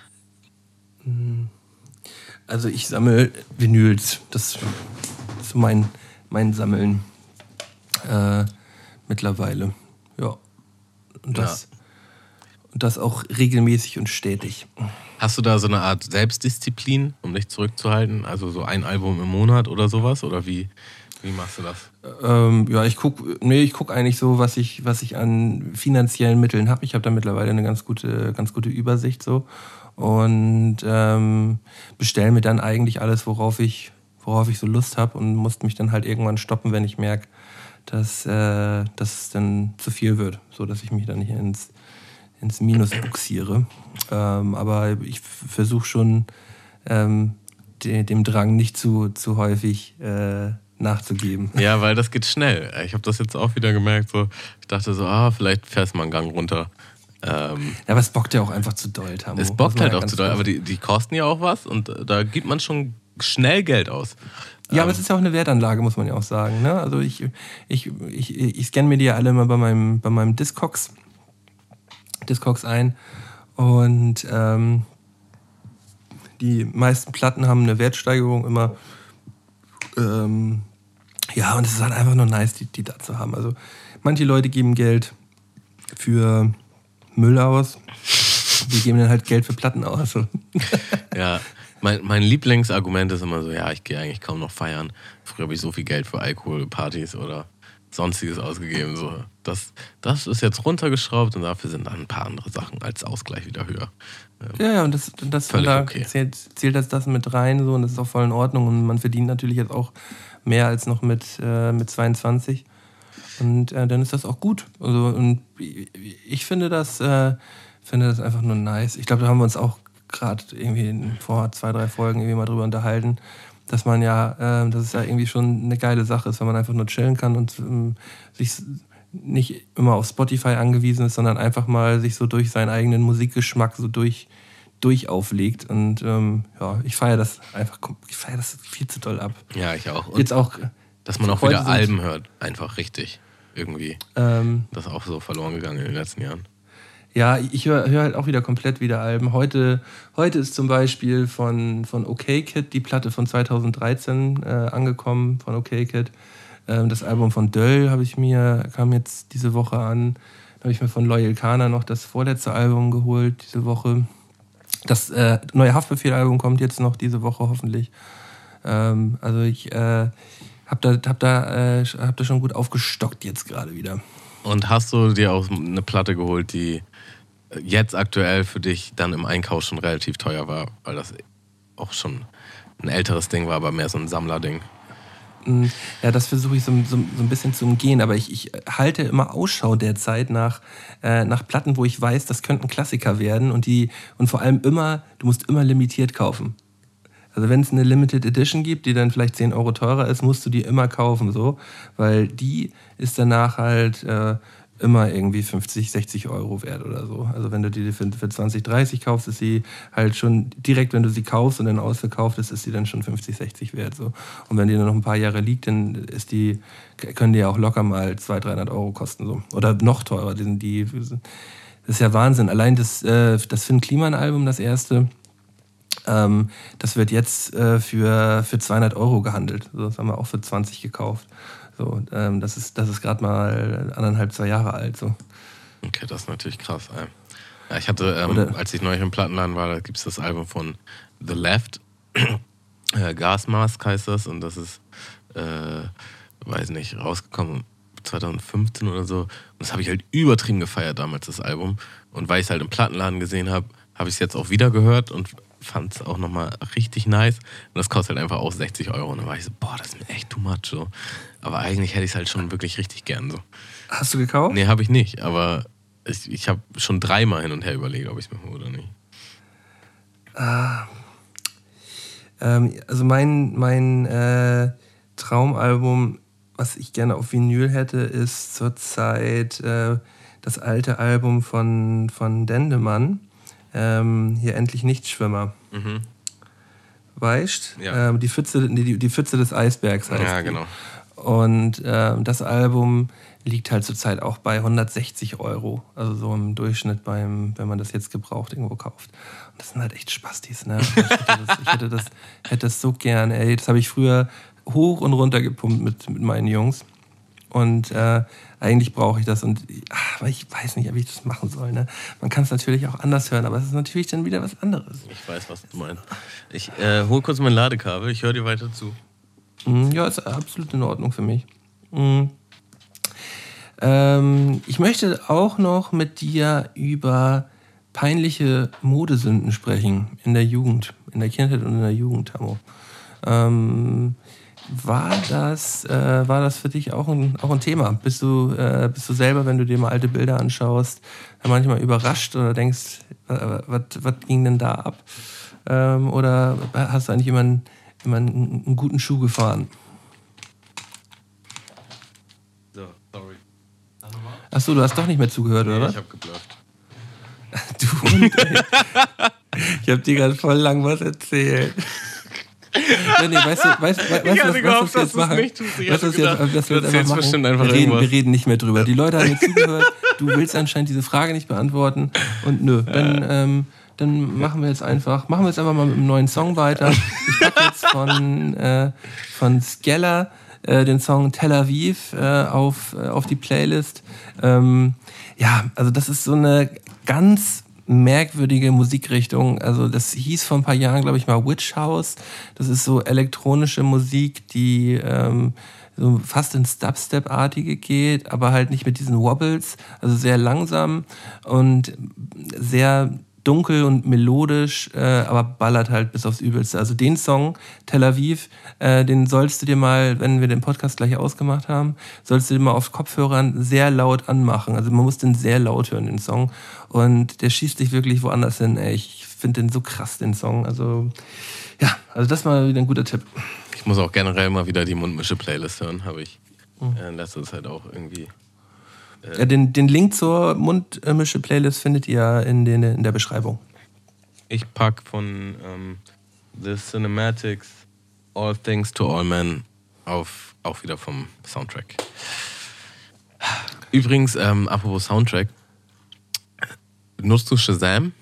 Also ich sammle Vinyls. Das ist so mein Sammeln mittlerweile. Ja. Und das auch regelmäßig und stetig. Hast du da so eine Art Selbstdisziplin, um dich zurückzuhalten? Also so ein Album im Monat oder sowas? Oder wie machst du das? Ja, ich guck eigentlich so, was ich an finanziellen Mitteln habe. Ich habe da mittlerweile eine ganz gute Übersicht so und bestelle mir dann eigentlich alles, worauf ich so Lust habe und musste mich dann halt irgendwann stoppen, wenn ich merke, dass es dann zu viel wird, so dass ich mich dann nicht ins Minus buxiere. Aber ich versuche schon dem Drang nicht zu häufig nachzugeben. Ja, weil das geht schnell. Ich habe das jetzt auch wieder gemerkt. So, ich dachte so, vielleicht fährst du mal einen Gang runter. Ja, aber es bockt ja auch einfach zu doll, Tammo. Es bockt halt auch zu doll, aber die kosten ja auch was und da gibt man schon schnell Geld aus. Ja, aber es ist ja auch eine Wertanlage, muss man ja auch sagen. Ne? Also ich scanne mir die ja alle mal bei meinem Discogs ein und die meisten Platten haben eine Wertsteigerung immer. Ja, und es ist halt einfach nur nice, die da zu haben. Also manche Leute geben Geld für Müll aus, wir geben dann halt Geld für Platten aus. Ja, mein Lieblingsargument ist immer so, ja, ich gehe eigentlich kaum noch feiern. Früher habe ich so viel Geld für Alkoholpartys oder Sonstiges ausgegeben. So. Das ist jetzt runtergeschraubt und dafür sind dann ein paar andere Sachen als Ausgleich wieder höher. Ja, und das da okay. zählt das mit rein so, und das ist auch voll in Ordnung. Und man verdient natürlich jetzt auch mehr als noch mit 22. Und dann ist das auch gut. Also, und ich finde das einfach nur nice. Ich glaube, da haben wir uns auch gerade irgendwie vor 2-3 Folgen irgendwie mal drüber unterhalten, dass man dass es ja irgendwie schon eine geile Sache ist, wenn man einfach nur chillen kann und sich nicht immer auf Spotify angewiesen ist, sondern einfach mal sich so durch seinen eigenen Musikgeschmack so durch auflegt. Und ich feiere das viel zu doll ab. Ja, ich auch. Und jetzt auch, dass man auch wieder Alben hört, einfach richtig irgendwie. Das ist auch so verloren gegangen in den letzten Jahren. Ja, ich höre halt auch komplett wieder Alben. Heute ist zum Beispiel von OK Kid die Platte von 2013 angekommen, von OK Kid. Das Album von Döll kam jetzt diese Woche an. Da habe ich mir von Loyal Kana noch das vorletzte Album geholt diese Woche. Das neue Haftbefehl-Album kommt jetzt noch diese Woche hoffentlich. Also ich hab da schon gut aufgestockt jetzt gerade wieder. Und hast du dir auch eine Platte geholt, die jetzt aktuell für dich dann im Einkauf schon relativ teuer war, weil das auch schon ein älteres Ding war, aber mehr so ein Sammlerding? Ja, das versuche ich so ein bisschen zu umgehen, aber ich halte immer Ausschau derzeit nach Platten, wo ich weiß, das könnten Klassiker werden und vor allem du musst immer limitiert kaufen. Also wenn es eine Limited Edition gibt, die dann vielleicht 10 Euro teurer ist, musst du die immer kaufen, so, weil die ist danach halt immer irgendwie 50, 60 Euro wert oder so. Also wenn du die für 20, 30 kaufst, ist sie halt schon direkt, wenn du sie kaufst und dann ausverkauft ist sie dann schon 50, 60 wert. So. Und wenn die dann noch ein paar Jahre liegt, dann können die ja auch locker mal 200, 300 Euro kosten. So. Oder noch teurer. Das ist ja Wahnsinn. Allein das Finn Kliman-Album, das erste, das wird jetzt für 200 Euro gehandelt. So, das haben wir auch für 20 gekauft. So, das ist gerade mal 1,5, 2 Jahre alt. So. Okay, das ist natürlich krass. Ja, ich hatte, als ich neulich im Plattenladen war, da gibt es das Album von The Left. Gasmask heißt das. Und das ist, weiß nicht, rausgekommen 2015 oder so. Und das habe ich halt übertrieben gefeiert damals, das Album. Und weil ich es halt im Plattenladen gesehen habe, habe ich es jetzt auch wieder gehört und fand es auch nochmal richtig nice. Und das kostet halt einfach auch 60 Euro. Und dann war ich so, boah, das ist mir echt too much. So. Aber eigentlich hätte ich es halt schon wirklich richtig gern. So. Hast du gekauft? Nee, habe ich nicht. Aber ich habe schon 3-mal hin und her überlegt, ob ich es mache oder nicht. Also mein Traumalbum, was ich gerne auf Vinyl hätte, ist zurzeit das alte Album von Dendemann. Hier Endlich Nichtschwimmer. Mhm. Weißt? Ja. Die Pfütze des Eisbergs heißt Ja, die. genau. Und das Album liegt halt zurzeit auch bei 160 €. Also so im Durchschnitt wenn man das jetzt gebraucht irgendwo kauft. Und das sind halt echt Spastis, ne? Ich hätte das so gern, ey. Das habe ich früher hoch und runter gepumpt mit meinen Jungs. Und eigentlich brauche ich das. Aber ich weiß nicht, wie ich das machen soll, ne? Man kann es natürlich auch anders hören, aber es ist natürlich dann wieder was anderes. Ich weiß, was du meinst. Ich hol kurz mein Ladekabel, ich höre dir weiter zu. Ja, ist absolut in Ordnung für mich. Ich möchte auch noch mit dir über peinliche Modesünden sprechen in der Jugend, in der Kindheit und in der Jugend, Tammo. War das für dich auch ein Thema? Bist du selber, wenn du dir mal alte Bilder anschaust, manchmal überrascht oder denkst, was ging denn da ab? Oder hast du eigentlich immer einen guten Schuh gefahren? So, sorry. Achso, du hast doch nicht mehr zugehört, oder was? Ich hab geblufft. Du Hund, ey. Ich hab dir gerade voll lang was erzählt. Nee, weißt du, was wir jetzt machen? Wir reden nicht mehr drüber. Die Leute haben jetzt zugehört, du willst anscheinend diese Frage nicht beantworten und nö, dann machen wir jetzt einfach mal mit einem neuen Song weiter. Ich packe jetzt von Skella den Song Tel Aviv auf die Playlist. Also das ist so eine ganz merkwürdige Musikrichtung. Also das hieß vor ein paar Jahren, glaube ich, mal Witch House. Das ist so elektronische Musik, die so fast ins Dubstep-artige geht, aber halt nicht mit diesen Wobbles. Also sehr langsam und sehr dunkel und melodisch, aber ballert halt bis aufs Übelste. Also den Song, Tel Aviv, den sollst du dir mal, wenn wir den Podcast gleich ausgemacht haben, sollst du dir mal auf Kopfhörern sehr laut anmachen. Also man muss den sehr laut hören, den Song. Und der schießt dich wirklich woanders hin. Ey, ich finde den so krass, den Song. Also ja, das war wieder ein guter Tipp. Ich muss auch generell mal wieder die Mundmische-Playlist hören, habe ich in letzter Zeit auch irgendwie... Ja, den Link zur Mundmische-Playlist findet ihr in der Beschreibung. Ich pack von The Cinematics All Things to All Men auch wieder vom Soundtrack. Übrigens, apropos Soundtrack, nutzt du Shazam?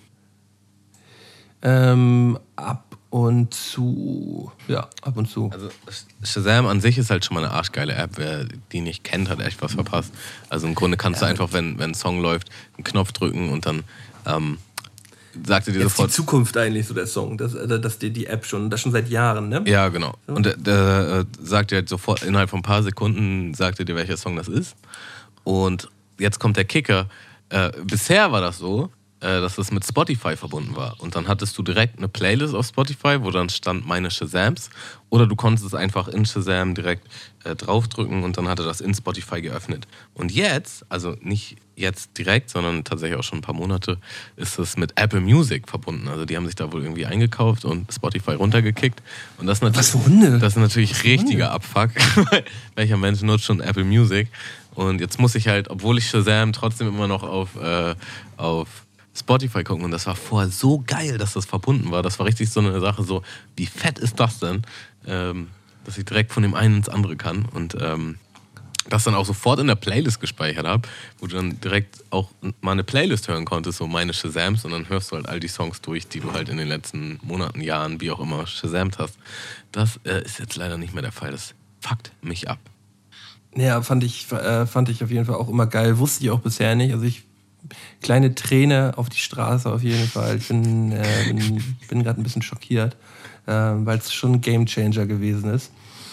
Ab und zu. Ja, ab und zu. Also Shazam an sich ist halt schon mal eine arschgeile App. Wer die nicht kennt, hat echt was verpasst. Also im Grunde kannst du einfach, wenn ein Song läuft, einen Knopf drücken und dann sagt er dir sofort... Die Zukunft eigentlich, so der Song. Das die App schon, das schon seit Jahren, ne? Ja, genau. So. Und der sagt dir halt sofort, innerhalb von ein paar Sekunden sagt er dir, welcher Song das ist. Und jetzt kommt der Kicker. Bisher war das so, dass das mit Spotify verbunden war. Und dann hattest du direkt eine Playlist auf Spotify, wo dann stand meine Shazams. Oder du konntest es einfach in Shazam direkt draufdrücken und dann hatte das in Spotify geöffnet. Und jetzt, also nicht jetzt direkt, sondern tatsächlich auch schon ein paar Monate, ist es mit Apple Music verbunden. Also die haben sich da wohl irgendwie eingekauft und Spotify runtergekickt. Und das ist was für Hunde? Das ist natürlich richtiger Abfuck. Welcher Mensch nutzt schon Apple Music? Und jetzt muss ich halt, obwohl ich Shazam trotzdem immer noch auf Spotify gucken und das war vorher so geil, dass das verbunden war. Das war richtig so eine Sache, so wie fett ist das denn, dass ich direkt von dem einen ins andere kann und das dann auch sofort in der Playlist gespeichert habe, wo du dann direkt auch mal eine Playlist hören konntest, so meine Shazams und dann hörst du halt all die Songs durch, die du halt in den letzten Monaten, Jahren, wie auch immer, Shazamt hast. Das ist jetzt leider nicht mehr der Fall. Das fuckt mich ab. Ja, fand ich auf jeden Fall auch immer geil. Wusste ich auch bisher nicht. Also kleine Träne auf die Straße auf jeden Fall. Ich bin gerade ein bisschen schockiert, weil es schon ein Gamechanger gewesen ist.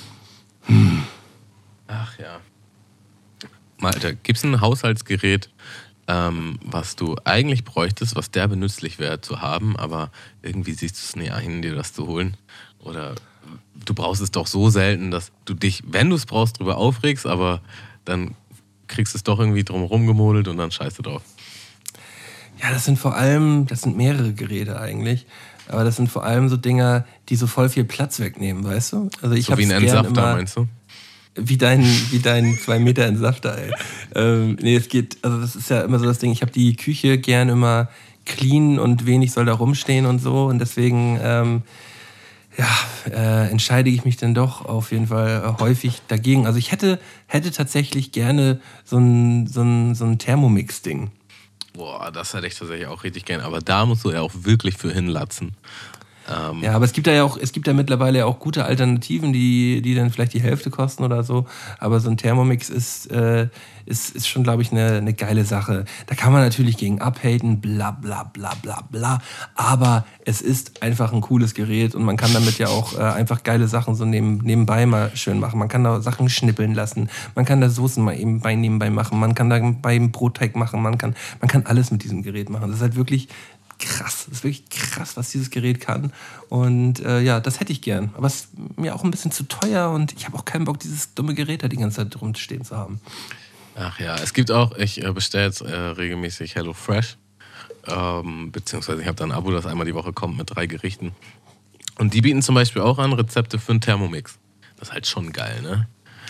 Ach ja. Malte, gibt es ein Haushaltsgerät, was du eigentlich bräuchtest, was derbe nützlich wäre zu haben, aber irgendwie siehst du es nicht ein, dir das zu holen? Oder du brauchst es doch so selten, dass du dich, wenn du es brauchst, drüber aufregst, aber dann kriegst du es doch irgendwie drum rumgemodelt und dann scheißt du drauf. Ja, das sind mehrere Geräte eigentlich. Aber das sind vor allem so Dinger, die so voll viel Platz wegnehmen, weißt du? Also ich So wie ein Entsafter, meinst du? Wie dein 2 Meter Entsafter, ey. Nee, es geht, also das ist ja immer so das Ding, ich habe die Küche gern immer clean und wenig soll da rumstehen und so. Und deswegen, entscheide ich mich dann doch auf jeden Fall häufig dagegen. Also ich hätte tatsächlich gerne so ein Thermomix-Ding. Boah, das hätte ich tatsächlich auch richtig gern. Aber da musst du ja auch wirklich für hinlatzen. Ja, aber es gibt ja mittlerweile ja auch gute Alternativen, die dann vielleicht die Hälfte kosten oder so. Aber so ein Thermomix ist schon, glaube ich, eine geile Sache. Da kann man natürlich gegen abhaten, bla bla bla bla bla. Aber es ist einfach ein cooles Gerät und man kann damit ja auch einfach geile Sachen so nebenbei mal schön machen. Man kann da Sachen schnippeln lassen. Man kann da Soßen mal eben nebenbei machen. Man kann da beim Brotteig machen. Man kann alles mit diesem Gerät machen. Das ist halt wirklich krass. Das ist wirklich krass, was dieses Gerät kann. Und das hätte ich gern. Aber es ist mir auch ein bisschen zu teuer und ich habe auch keinen Bock, dieses dumme Gerät da die ganze Zeit rumstehen zu haben. Ach ja, es gibt auch, ich bestelle jetzt regelmäßig HelloFresh. Beziehungsweise ich habe da ein Abo, das einmal die Woche kommt mit 3 Gerichten. Und die bieten zum Beispiel auch an Rezepte für einen Thermomix. Das ist halt schon geil, ne?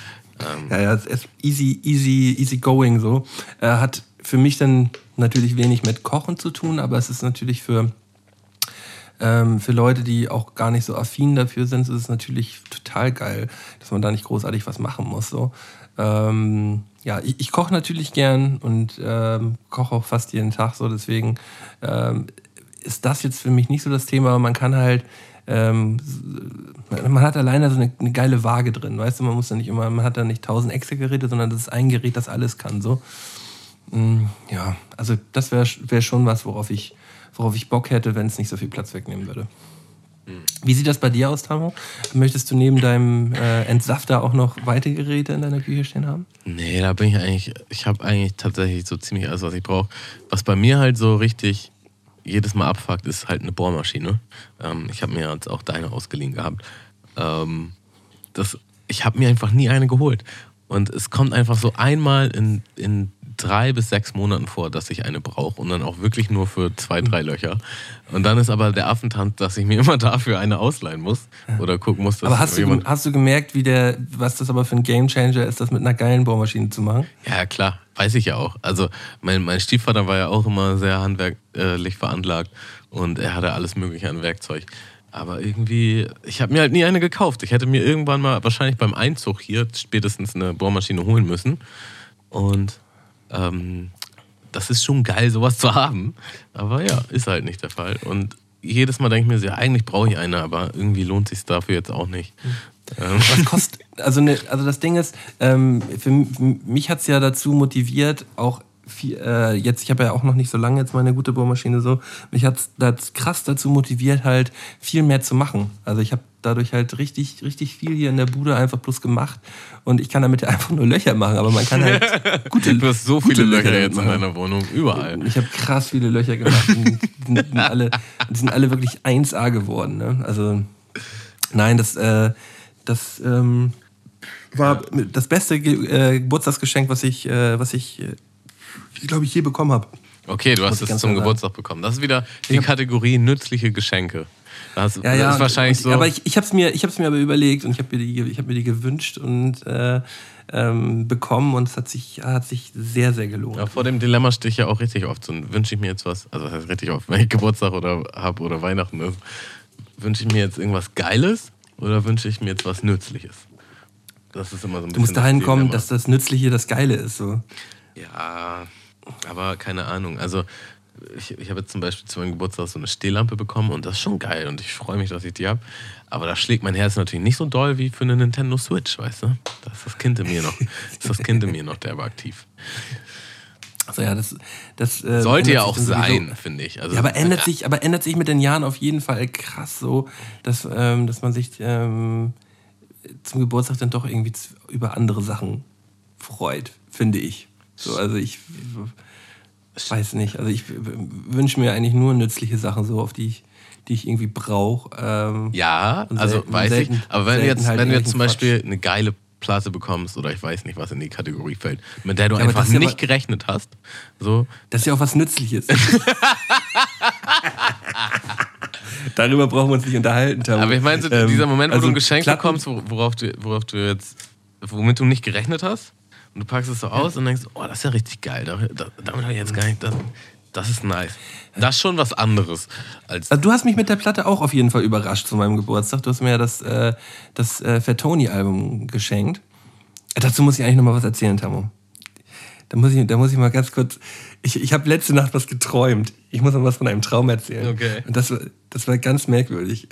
Es ist easy going so. Hat für mich dann natürlich wenig mit Kochen zu tun, aber es ist natürlich für Leute, die auch gar nicht so affin dafür sind, ist es natürlich total geil, dass man da nicht großartig was machen muss. So. Ich koche natürlich gern und koche auch fast jeden Tag so, deswegen ist das jetzt für mich nicht so das Thema, aber man kann halt man hat alleine so eine geile Waage drin, weißt du, man hat da nicht 1000 extra Geräte, sondern das ist ein Gerät, das alles kann, so. Ja, also das wäre schon was, worauf ich Bock hätte, wenn es nicht so viel Platz wegnehmen würde. Wie sieht das bei dir aus, Tamo? Möchtest du neben deinem Entsafter auch noch weitere Geräte in deiner Küche stehen haben? Nee, ich habe eigentlich tatsächlich so ziemlich alles, was ich brauche. Was bei mir halt so richtig jedes Mal abfuckt, ist halt eine Bohrmaschine. Ich habe mir jetzt auch deine ausgeliehen gehabt. Ich habe mir einfach nie eine geholt. Und es kommt einfach so einmal in 3 bis 6 Monaten vor, dass ich eine brauche und dann auch wirklich nur für 2, 3 Löcher. Und dann ist aber der Affentanz, dass ich mir immer dafür eine ausleihen muss oder gucken muss, dass aber hast du gemerkt, was das aber für ein Gamechanger ist, das mit einer geilen Bohrmaschine zu machen? Ja, klar, weiß ich ja auch. Also mein Stiefvater war ja auch immer sehr handwerklich veranlagt und er hatte alles mögliche an Werkzeug. Aber irgendwie, ich habe mir halt nie eine gekauft. Ich hätte mir irgendwann mal wahrscheinlich beim Einzug hier spätestens eine Bohrmaschine holen müssen. Und das ist schon geil, sowas zu haben. Aber ja, ist halt nicht der Fall. Und jedes Mal denke ich mir, ja, eigentlich brauche ich eine, aber irgendwie lohnt es sich dafür jetzt auch nicht. Was kostet, also das Ding ist, für mich hat es ja dazu motiviert, auch ich habe ja auch noch nicht so lange jetzt meine gute Bohrmaschine so, mich hat es krass dazu motiviert, halt viel mehr zu machen. Also ich habe dadurch halt richtig, richtig viel hier in der Bude einfach bloß gemacht und ich kann damit ja einfach nur Löcher machen, aber man kann halt du hast so viele Löcher jetzt in deiner Wohnung, überall. Ich habe krass viele Löcher gemacht und die sind alle wirklich 1A geworden. Ne? Also nein, das war das beste Geburtstagsgeschenk, was ich glaube ich, je bekommen habe. Okay, du hast es zum Geburtstag bekommen. Das ist wieder die Kategorie nützliche Geschenke. Das ist wahrscheinlich so. Aber ich habe es mir aber überlegt und ich habe mir die gewünscht und bekommen und es hat sich sehr, sehr gelohnt. Ja, vor dem Dilemma stehe ich ja auch richtig oft. So, wünsche ich mir jetzt was, also das heißt richtig oft, wenn ich Geburtstag habe oder Weihnachten ist, wünsche ich mir jetzt irgendwas Geiles oder wünsche ich mir jetzt was Nützliches? Das ist immer so ein bisschen. Du musst dahin kommen, dass das Nützliche das Geile ist. So. Ja, aber keine Ahnung. Also ich habe jetzt zum Beispiel zu meinem Geburtstag so eine Stehlampe bekommen und das ist schon geil und ich freue mich, dass ich die habe. Aber da schlägt mein Herz natürlich nicht so doll wie für eine Nintendo Switch, weißt du? Das ist das Kind in mir noch, der war aktiv. Also ja, das sollte ja auch sein, finde ich. Also, ja, aber ändert sich mit den Jahren auf jeden Fall krass so, dass man sich zum Geburtstag dann doch irgendwie über andere Sachen freut, finde ich. So, also ich weiß nicht. Also ich wünsche mir eigentlich nur nützliche Sachen, so auf die ich irgendwie brauche. Ja, also weiß ich. Aber wenn du jetzt zum Beispiel eine geile Platte bekommst oder ich weiß nicht, was in die Kategorie fällt, mit der du Ja, aber einfach das ist ja nicht gerechnet hast. So. Das ist ja auch was Nützliches. Darüber brauchen wir uns nicht unterhalten, Tamu. Aber ich meine, so dieser Moment, wo also du ein Geschenk Platten- bekommst, womit du nicht gerechnet hast, und du packst es so aus und denkst, oh, das ist ja richtig geil. Damit habe ich jetzt gar nicht. Das ist nice. Das ist schon was anderes als. Also du hast mich mit der Platte auch auf jeden Fall überrascht zu meinem Geburtstag. Du hast mir ja das Fatoni-Album geschenkt. Dazu muss ich eigentlich noch mal was erzählen, Tamu. Da muss ich mal ganz kurz. Ich habe letzte Nacht was geträumt. Ich muss mal was von einem Traum erzählen. Okay. Und das war ganz merkwürdig.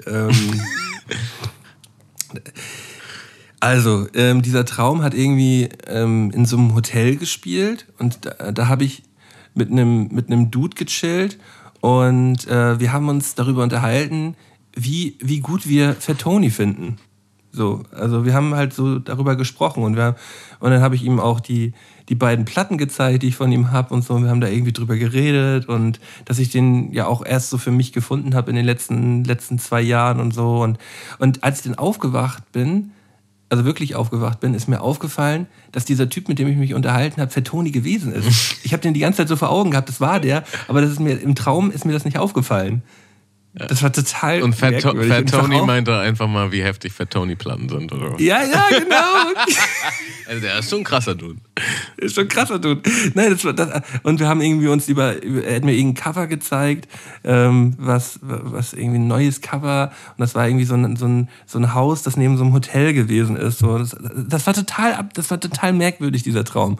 Also, dieser Traum hat irgendwie in so einem Hotel gespielt und da habe ich mit einem Dude gechillt und wir haben uns darüber unterhalten, wie gut wir Fatoni finden. So, also wir haben halt so darüber gesprochen und dann habe ich ihm auch die beiden Platten gezeigt, die ich von ihm habe und so. Und wir haben da irgendwie drüber geredet und dass ich den ja auch erst so für mich gefunden habe in den letzten 2 Jahren und so. Und als ich dann aufgewacht bin, also wirklich aufgewacht bin, ist mir aufgefallen, dass dieser Typ, mit dem ich mich unterhalten habe, Fatoni gewesen ist. Ich habe den die ganze Zeit so vor Augen gehabt, das war der, aber im Traum ist mir das nicht aufgefallen. Das war total Und merkwürdig. Fatoni meinte einfach mal, wie heftig Fatoni-Platten sind, oder? Ja, genau. Also der ist schon ein krasser Dude. Ist schon krasser Dude. Nein, und wir haben irgendwie uns er hat mir irgendein Cover gezeigt, was irgendwie ein neues Cover, und das war irgendwie so ein Haus, das neben so einem Hotel gewesen ist. So, das war total merkwürdig, dieser Traum.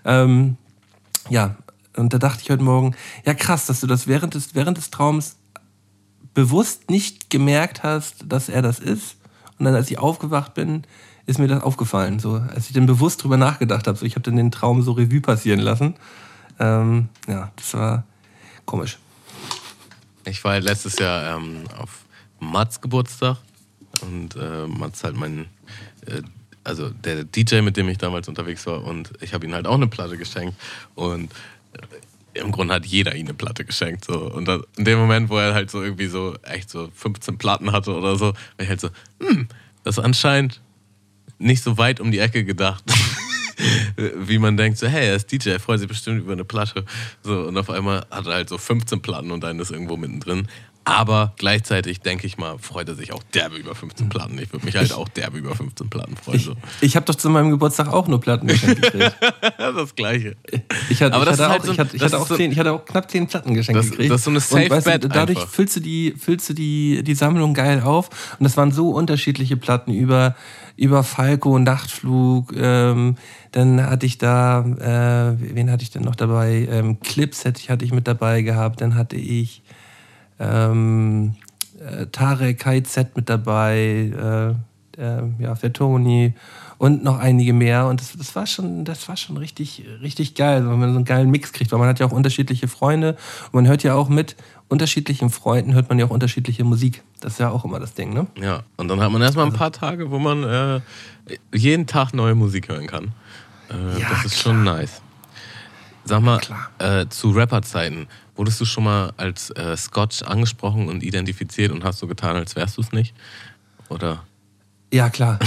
Ja, und da dachte ich heute Morgen, ja krass, dass du das während des Traums bewusst nicht gemerkt hast, dass er das ist. Und dann, als ich aufgewacht bin, ist mir das aufgefallen. So, als ich dann bewusst drüber nachgedacht habe. So, ich habe dann den Traum so Revue passieren lassen. Ja, das war komisch. Ich war letztes Jahr auf Mats Geburtstag und Mats halt also der DJ, mit dem ich damals unterwegs war, und ich habe ihm halt auch eine Platte geschenkt und im Grunde hat jeder ihm eine Platte geschenkt. So. Und in dem Moment, wo er halt so irgendwie so echt so 15 Platten hatte oder so, war ich halt so, das ist anscheinend nicht so weit um die Ecke gedacht, wie man denkt, so, hey, er ist DJ, er freut sich bestimmt über eine Platte. So, und auf einmal hat er halt so 15 Platten und dann ist irgendwo mittendrin. Aber gleichzeitig, denke ich mal, freut er sich auch derbe über 15 Platten. Ich würde mich halt auch derbe über 15 Platten freuen. So. Ich habe doch zu meinem Geburtstag auch nur Platten geschenkt gekriegt. Das Gleiche. Ich hatte auch knapp 10 Platten geschenkt gekriegt. Das ist so eine Safe-Bet. Dadurch füllst du die Sammlung geil auf. Und das waren so unterschiedliche Platten über Falco, Nachtflug. Dann hatte ich da, wen hatte ich denn noch dabei? Clips hatte ich mit dabei gehabt. Dann hatte ich Tarek KZ mit dabei, Fatoni und noch einige mehr. Und das war schon richtig, richtig geil, wenn man so einen geilen Mix kriegt, weil man hat ja auch unterschiedliche Freunde und man hört ja auch mit unterschiedlichen Freunden hört man ja auch unterschiedliche Musik. Das ist ja auch immer das Ding, ne? Ja, und dann hat man erstmal ein paar Tage, wo man jeden Tag neue Musik hören kann. Das ist schon nice. Sag mal, zu Rapper-Zeiten, wurdest du schon mal als Scotch angesprochen und identifiziert und hast so getan, als wärst du es nicht? Oder? Ja, klar.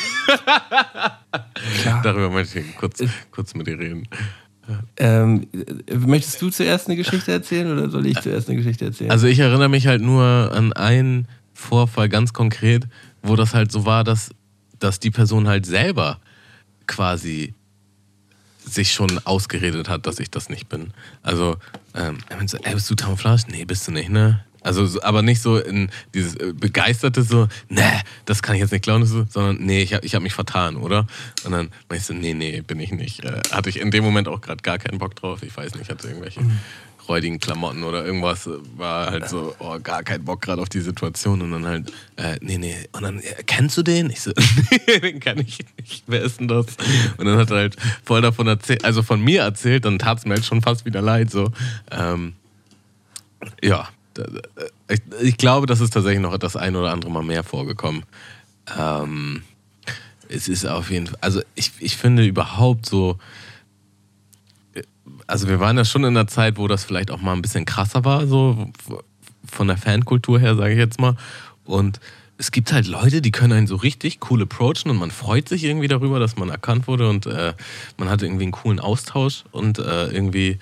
Klar. Darüber möchte ich kurz mit dir reden. Möchtest du zuerst eine Geschichte erzählen oder soll ich zuerst eine Geschichte erzählen? Also ich erinnere mich halt nur an einen Vorfall ganz konkret, wo das halt so war, dass die Person halt selber quasi sich schon ausgeredet hat, dass ich das nicht bin. Also, er meinte so, bist du Camouflage? Nee, bist du nicht, ne? Also, aber nicht so in dieses Begeisterte so, ne, das kann ich jetzt nicht glauben, sondern nee, ich hab mich vertan, oder? Und dann meinte ich so, nee, bin ich nicht. Hatte ich in dem Moment auch gerade gar keinen Bock drauf. Ich weiß nicht, hatte irgendwelche räudigen Klamotten oder irgendwas, war halt so, gar keinen Bock gerade auf die Situation. Und dann halt, nee. Und dann, kennst du den? Ich so, nee, den kenn ich nicht. Wer ist denn das? Und dann hat er halt voll davon erzählt, also von mir erzählt, dann tat es mir halt schon fast wieder leid, so. Ja, ich glaube, das ist tatsächlich noch das ein oder andere Mal mehr vorgekommen. Es ist auf jeden Fall, also ich finde überhaupt so, also wir waren ja schon in einer Zeit, wo das vielleicht auch mal ein bisschen krasser war, so von der Fankultur her, sage ich jetzt mal. Und es gibt halt Leute, die können einen so richtig cool approachen und man freut sich irgendwie darüber, dass man erkannt wurde und man hat irgendwie einen coolen Austausch und irgendwie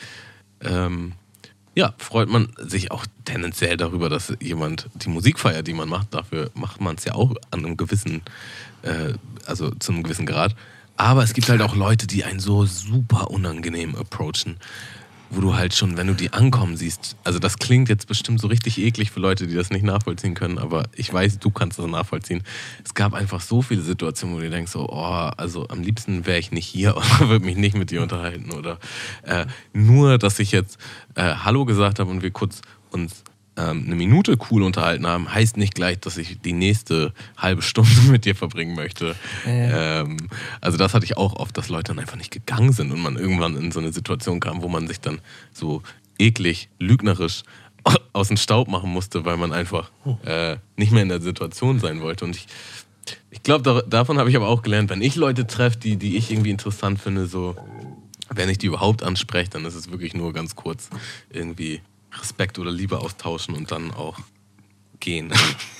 freut man sich auch tendenziell darüber, dass jemand die Musik feiert, die man macht. Dafür macht man es ja auch an einem gewissen, also zu einem gewissen Grad. Aber es gibt halt auch Leute, die einen so super unangenehm approachen, wo du halt schon, wenn du die ankommen siehst, also das klingt jetzt bestimmt so richtig eklig für Leute, die das nicht nachvollziehen können, aber ich weiß, du kannst das nachvollziehen. Es gab einfach so viele Situationen, wo du denkst, so, also am liebsten wäre ich nicht hier oder würde mich nicht mit dir unterhalten oder nur, dass ich jetzt Hallo gesagt habe und wir kurz uns eine Minute cool unterhalten haben, heißt nicht gleich, dass ich die nächste halbe Stunde mit dir verbringen möchte. Also das hatte ich auch oft, dass Leute dann einfach nicht gegangen sind und man irgendwann in so eine Situation kam, wo man sich dann so eklig, lügnerisch aus dem Staub machen musste, weil man einfach nicht mehr in der Situation sein wollte. Und ich glaube, davon habe ich aber auch gelernt, wenn ich Leute treffe, die ich irgendwie interessant finde, so, wenn ich die überhaupt anspreche, dann ist es wirklich nur ganz kurz irgendwie Respekt oder Liebe austauschen und dann auch gehen.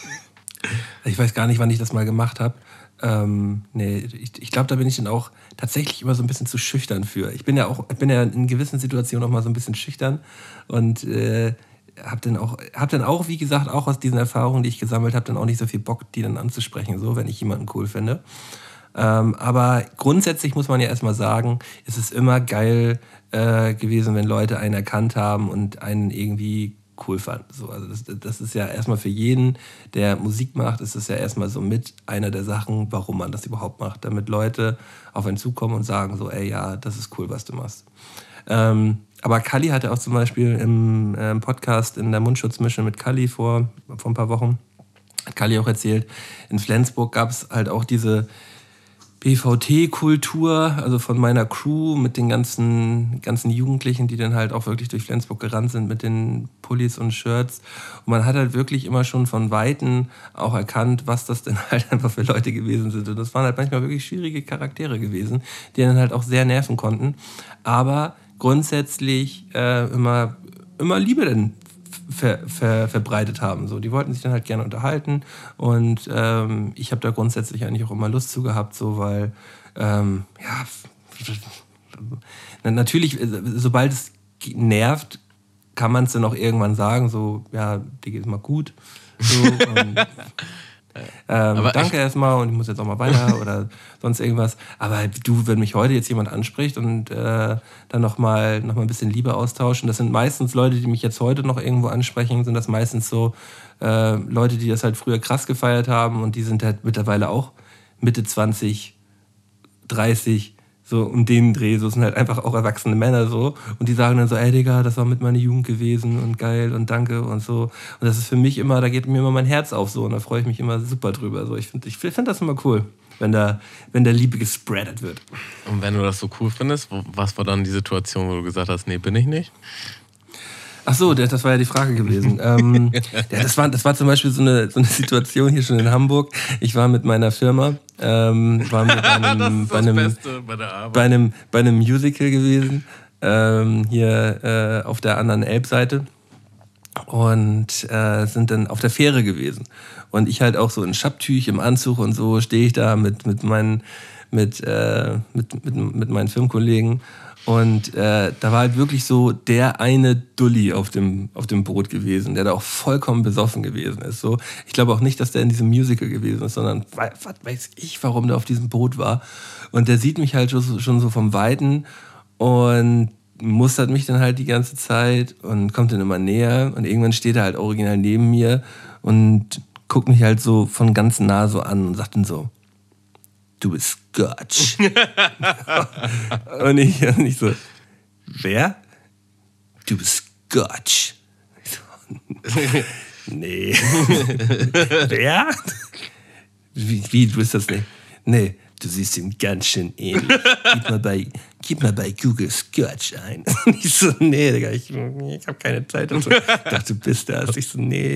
Ich weiß gar nicht, wann ich das mal gemacht habe. Ich glaube, da bin ich dann auch tatsächlich immer so ein bisschen zu schüchtern für. Ich bin ja in gewissen Situationen auch mal so ein bisschen schüchtern und hab dann auch, wie gesagt, auch aus diesen Erfahrungen, die ich gesammelt habe, dann auch nicht so viel Bock, die dann anzusprechen, so, wenn ich jemanden cool finde. Aber grundsätzlich muss man ja erstmal sagen, es ist immer geil gewesen, wenn Leute einen erkannt haben und einen irgendwie cool fanden. So, also das ist ja erstmal für jeden, der Musik macht, ist es ja erstmal so mit einer der Sachen, warum man das überhaupt macht, damit Leute auf einen zukommen und sagen so, ey, ja, das ist cool, was du machst. Aber Kalli hatte auch zum Beispiel im Podcast in der Mundschutzmische mit Kalli vor ein paar Wochen, hat Kalli auch erzählt, in Flensburg gab es halt auch diese BVT-Kultur, also von meiner Crew mit den ganzen Jugendlichen, die dann halt auch wirklich durch Flensburg gerannt sind mit den Pullis und Shirts. Und man hat halt wirklich immer schon von Weitem auch erkannt, was das denn halt einfach für Leute gewesen sind. Und das waren halt manchmal wirklich schwierige Charaktere gewesen, die dann halt auch sehr nerven konnten. Aber grundsätzlich immer Liebe dann verbreitet haben. So, die wollten sich dann halt gerne unterhalten und ich habe da grundsätzlich eigentlich auch immer Lust zu gehabt, so, weil natürlich, sobald es nervt, kann man es dann auch irgendwann sagen, so, ja, dir geht es mal gut. So, und, danke erstmal und ich muss jetzt auch mal weiter oder sonst irgendwas. Aber du, wenn mich heute jetzt jemand anspricht und dann noch mal ein bisschen Liebe austauschen, das sind meistens Leute, die mich jetzt heute noch irgendwo ansprechen, sind das meistens so Leute, die das halt früher krass gefeiert haben und die sind halt mittlerweile auch Mitte 20, 30, so um den Dreh, so sind halt einfach auch erwachsene Männer so und die sagen dann so, ey Digga, das war mit meiner Jugend gewesen und geil und danke und so und das ist für mich immer, da geht mir immer mein Herz auf so und da freue ich mich immer super drüber, so ich find das immer cool, wenn da Liebe gespreadet wird. Und wenn du das so cool findest, was war dann die Situation, wo du gesagt hast, nee, bin ich nicht? Ach so, das war ja die Frage gewesen. Das war zum Beispiel so eine Situation hier schon in Hamburg. Ich war mit meiner Firma, waren wir bei einem Musical gewesen, hier auf der anderen Elbseite und sind dann auf der Fähre gewesen. Und ich halt auch so in Schapptüch, im Anzug und so stehe ich da mit meinen Firmenkollegen. Und da war halt wirklich so der eine Dulli auf dem Boot gewesen, der da auch vollkommen besoffen gewesen ist. So, ich glaube auch nicht, dass der in diesem Musical gewesen ist, sondern was weiß ich, warum der auf diesem Boot war. Und der sieht mich halt schon so vom Weiten und mustert mich dann halt die ganze Zeit und kommt dann immer näher. Und irgendwann steht er halt original neben mir und guckt mich halt so von ganz nah so an und sagt dann so, du bist Scotch. und ich so, wer? Du bist Scotch. Ich so, nee. Wer? Wie, du bist das nicht? Nee, du siehst ihm ganz schön ähnlich. Gib mal bei Google Scotch ein. Und ich so, nee, Digga, ich habe keine Zeit. Und so, ich dachte, du bist das. Ich so, nee.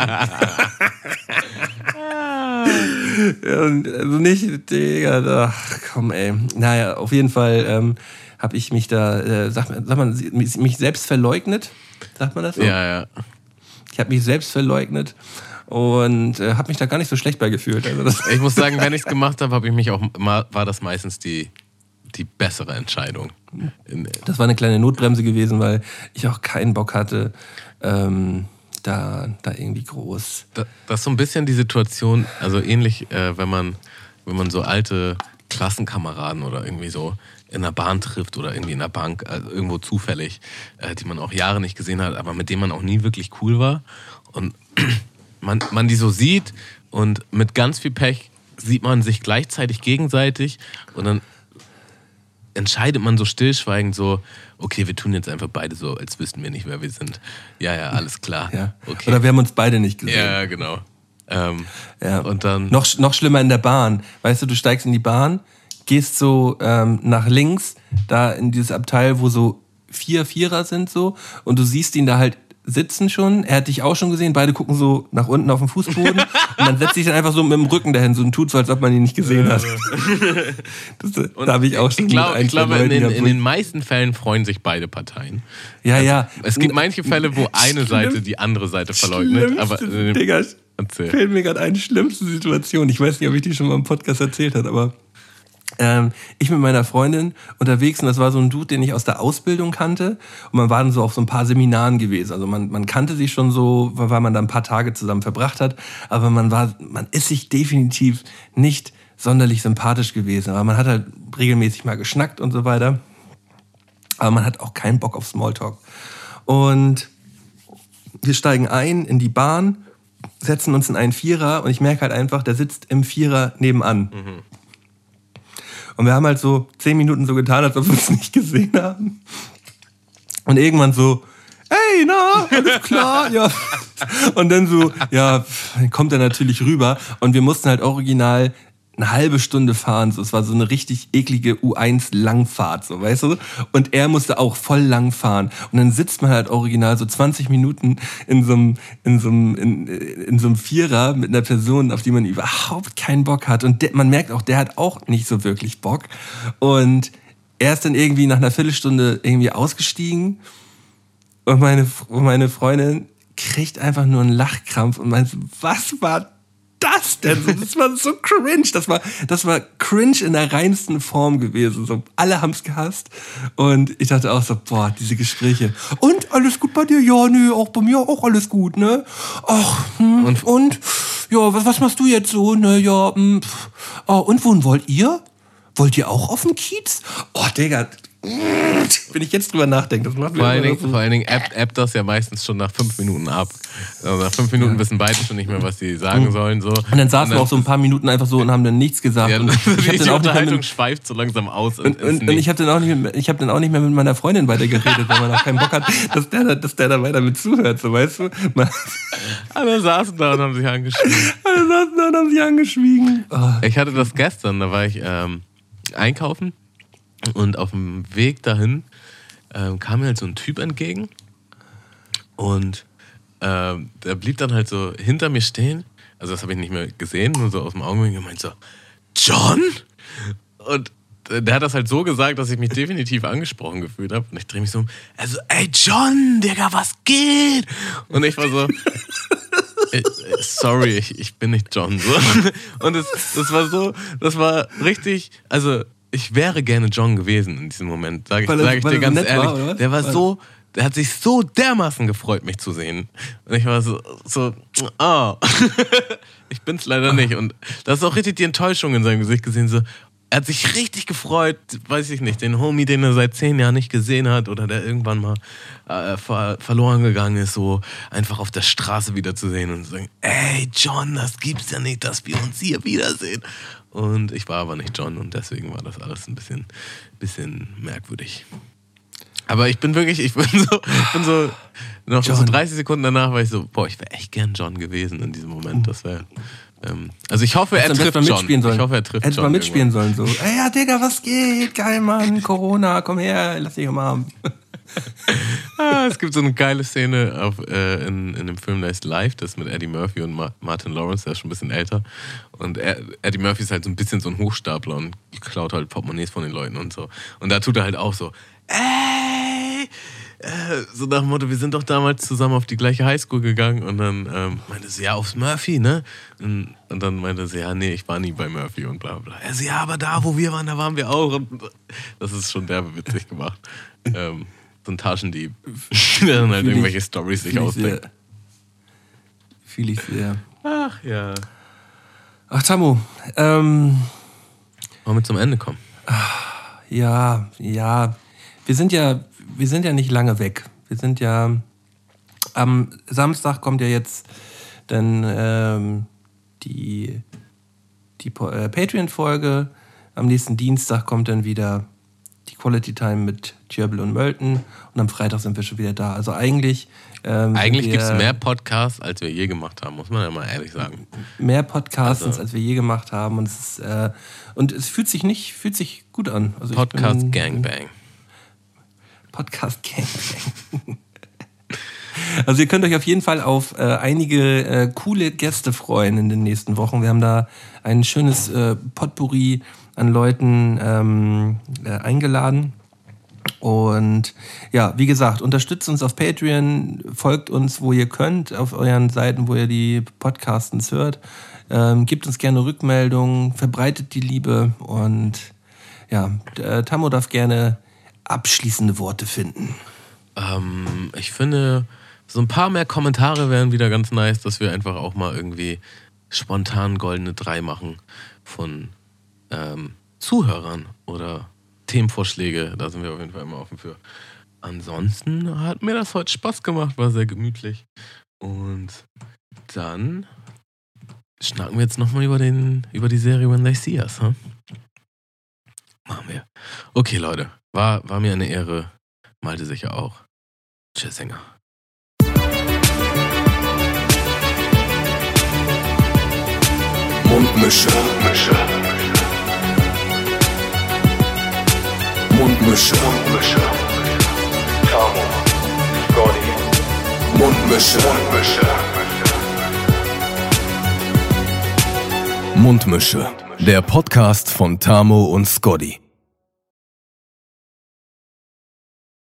Und also nicht, Digga, ach komm, ey. Naja, auf jeden Fall habe ich mich da, sagt man, mich selbst verleugnet, sagt man das so? Ja. Ich habe mich selbst verleugnet und habe mich da gar nicht so schlecht bei gefühlt. Also ich muss sagen, wenn ich es gemacht habe, war das meistens die bessere Entscheidung. Das war eine kleine Notbremse gewesen, weil ich auch keinen Bock hatte, da irgendwie groß. Das ist so ein bisschen die Situation, also ähnlich, wenn man so alte Klassenkameraden oder irgendwie so in der Bahn trifft oder irgendwie in der Bank, also irgendwo zufällig, die man auch Jahre nicht gesehen hat, aber mit denen man auch nie wirklich cool war. Und man die so sieht und mit ganz viel Pech sieht man sich gleichzeitig gegenseitig und dann entscheidet man so stillschweigend so, okay, wir tun jetzt einfach beide so, als wüssten wir nicht, wer wir sind. Ja, alles klar. Ja. Okay. Oder wir haben uns beide nicht gesehen. Ja, genau. Ja. Und dann noch schlimmer in der Bahn. Weißt du steigst in die Bahn, gehst so nach links, da in dieses Abteil, wo so 4 Vierer sind so und du siehst ihn da halt sitzen schon, er hat dich auch schon gesehen, beide gucken so nach unten auf den Fußboden und dann setzt sich dann einfach so mit dem Rücken dahin so und tut so, als ob man ihn nicht gesehen hat. Da habe ich auch schon ich glaube in den meisten Fällen freuen sich beide Parteien. Ja. Es gibt manche Fälle, wo eine Seite die andere Seite verleugnet. Aber Digga, fällt mir gerade eine schlimmste Situation. Ich weiß nicht, ob ich die schon mal im Podcast erzählt habe, aber ich mit meiner Freundin unterwegs und das war so ein Dude, den ich aus der Ausbildung kannte und man war dann so auf so ein paar Seminaren gewesen. Also man kannte sich schon so, weil man da ein paar Tage zusammen verbracht hat, aber man ist sich definitiv nicht sonderlich sympathisch gewesen. Aber man hat halt regelmäßig mal geschnackt und so weiter. Aber man hat auch keinen Bock auf Smalltalk. Und wir steigen ein in die Bahn, setzen uns in einen Vierer und ich merke halt einfach, der sitzt im Vierer nebenan. Mhm. Und wir haben halt so 10 Minuten so getan, als ob wir uns nicht gesehen haben. Und irgendwann so, hey, na, alles klar? Ja. Und dann so, ja, kommt er natürlich rüber. Und wir mussten halt original eine halbe Stunde fahren. So, es war so eine richtig eklige U1-Langfahrt, so, weißt du? Und er musste auch voll lang fahren. Und dann sitzt man halt original so 20 Minuten in so einem Vierer mit einer Person, auf die man überhaupt keinen Bock hat. Und man merkt auch, der hat auch nicht so wirklich Bock. Und er ist dann irgendwie nach einer Viertelstunde irgendwie ausgestiegen. Und meine Freundin kriegt einfach nur einen Lachkrampf und meint, was war das denn? Das war so cringe. Das war cringe in der reinsten Form gewesen. So, alle haben's gehasst. Und ich dachte auch so, boah, diese Gespräche. Und alles gut bei dir? Ja, nö, auch bei mir auch alles gut, ne? Ach, und? Ja, was machst du jetzt so? Ne, ja, oh, und wohin wollt ihr? Wollt ihr auch auf den Kiez? Oh, Digga, wenn ich jetzt drüber nachdenke, das macht mir vor allen Dingen appt das ja meistens schon nach 5 Minuten ab. Also nach 5 Minuten wissen beide schon nicht mehr, was sie sagen sollen. So. Und dann saßen wir auch so ein paar Minuten einfach so und haben dann nichts gesagt. Ja, und die Unterhaltung schweift so langsam aus. Und ich habe dann auch nicht mehr mit meiner Freundin weitergeredet, weil man auch keinen Bock hat, dass der da weiter mit zuhört, so, weißt du? Alle saßen da und haben sich angeschwiegen. Oh. Ich hatte das gestern, da war ich einkaufen. Und auf dem Weg dahin kam mir halt so ein Typ entgegen und der blieb dann halt so hinter mir stehen. Also das habe ich nicht mehr gesehen, nur so aus dem Augenwinkel gemeint so, John? Und der hat das halt so gesagt, dass ich mich definitiv angesprochen gefühlt habe. Und ich drehe mich so um, also, ey John, Digga, was geht? Und ich war so, sorry, ich bin nicht John. So. Und das war richtig, also ich wäre gerne John gewesen in diesem Moment, sag ich dir ganz ehrlich. Der hat sich so dermaßen gefreut, mich zu sehen. Und ich war so ich bin's leider nicht. Und das ist auch richtig die Enttäuschung in seinem Gesicht gesehen. So, er hat sich richtig gefreut, weiß ich nicht, den Homie, den er seit 10 Jahren nicht gesehen hat oder der irgendwann mal verloren gegangen ist, so einfach auf der Straße wiederzusehen und zu sagen, ey John, das gibt's ja nicht, dass wir uns hier wiedersehen. Und ich war aber nicht John und deswegen war das alles ein bisschen merkwürdig. Aber ich bin so noch so 30 Sekunden danach war ich so, boah, ich wäre echt gern John gewesen in diesem Moment. Das wäre, also ich hoffe, er trifft John. Ich hoffe, er trifft John. Hätte mal mitspielen sollen, so. Ey, ja, Digga, was geht? Geil, Mann, Corona, komm her, lass dich umarmen. Es gibt so eine geile Szene in dem Film, der heißt Live, das ist mit Eddie Murphy und Martin Lawrence, der ist schon ein bisschen älter. Und Eddie Murphy ist halt so ein bisschen so ein Hochstapler und klaut halt Portemonnaies von den Leuten und so. Und da tut er halt auch so, ey, so nach dem Motto, wir sind doch damals zusammen auf die gleiche Highschool gegangen und dann meinte sie, ja, aufs Murphy, ne? Und dann meinte sie, ja, nee, ich war nie bei Murphy und bla bla. Er so, ja, aber da, wo wir waren, da waren wir auch. Und das ist schon derbe witzig gemacht. So ein Taschendieb, der dann halt irgendwelche Storys sich ausdenkt. Fühle ich sehr. Ach ja. Ach, Tammo, wollen wir zum Ende kommen? Ja. Wir sind ja nicht lange weg. Wir sind ja am Samstag kommt ja jetzt dann die Patreon-Folge. Am nächsten Dienstag kommt dann wieder die Quality Time mit Tjöbel und Mölten und am Freitag sind wir schon wieder da. Also eigentlich gibt es mehr Podcasts, als wir je gemacht haben, muss man ja mal ehrlich sagen. Mehr Podcasts, als wir je gemacht haben und es fühlt sich gut an. Also Podcast Gangbang. Podcast Gangbang. Also ihr könnt euch auf jeden Fall auf einige coole Gäste freuen in den nächsten Wochen. Wir haben da ein schönes Potpourri an Leuten eingeladen. Und ja, wie gesagt, unterstützt uns auf Patreon, folgt uns, wo ihr könnt, auf euren Seiten, wo ihr die Podcasts hört. Gebt uns gerne Rückmeldungen, verbreitet die Liebe und ja, Tammo darf gerne abschließende Worte finden. Ich finde, so ein paar mehr Kommentare wären wieder ganz nice, dass wir einfach auch mal irgendwie spontan goldene 3 machen von Zuhörern oder Themenvorschläge. Da sind wir auf jeden Fall immer offen für. Ansonsten hat mir das heute Spaß gemacht, war sehr gemütlich. Und dann schnacken wir jetzt nochmal über die Serie When They See Us. Huh? Machen wir. Okay, Leute, war mir eine Ehre. Malte sicher auch. Tschüss, Sänger. Mundmische. Tamo, Scotty. Mundmische. Der Podcast von Tamo und Scotty.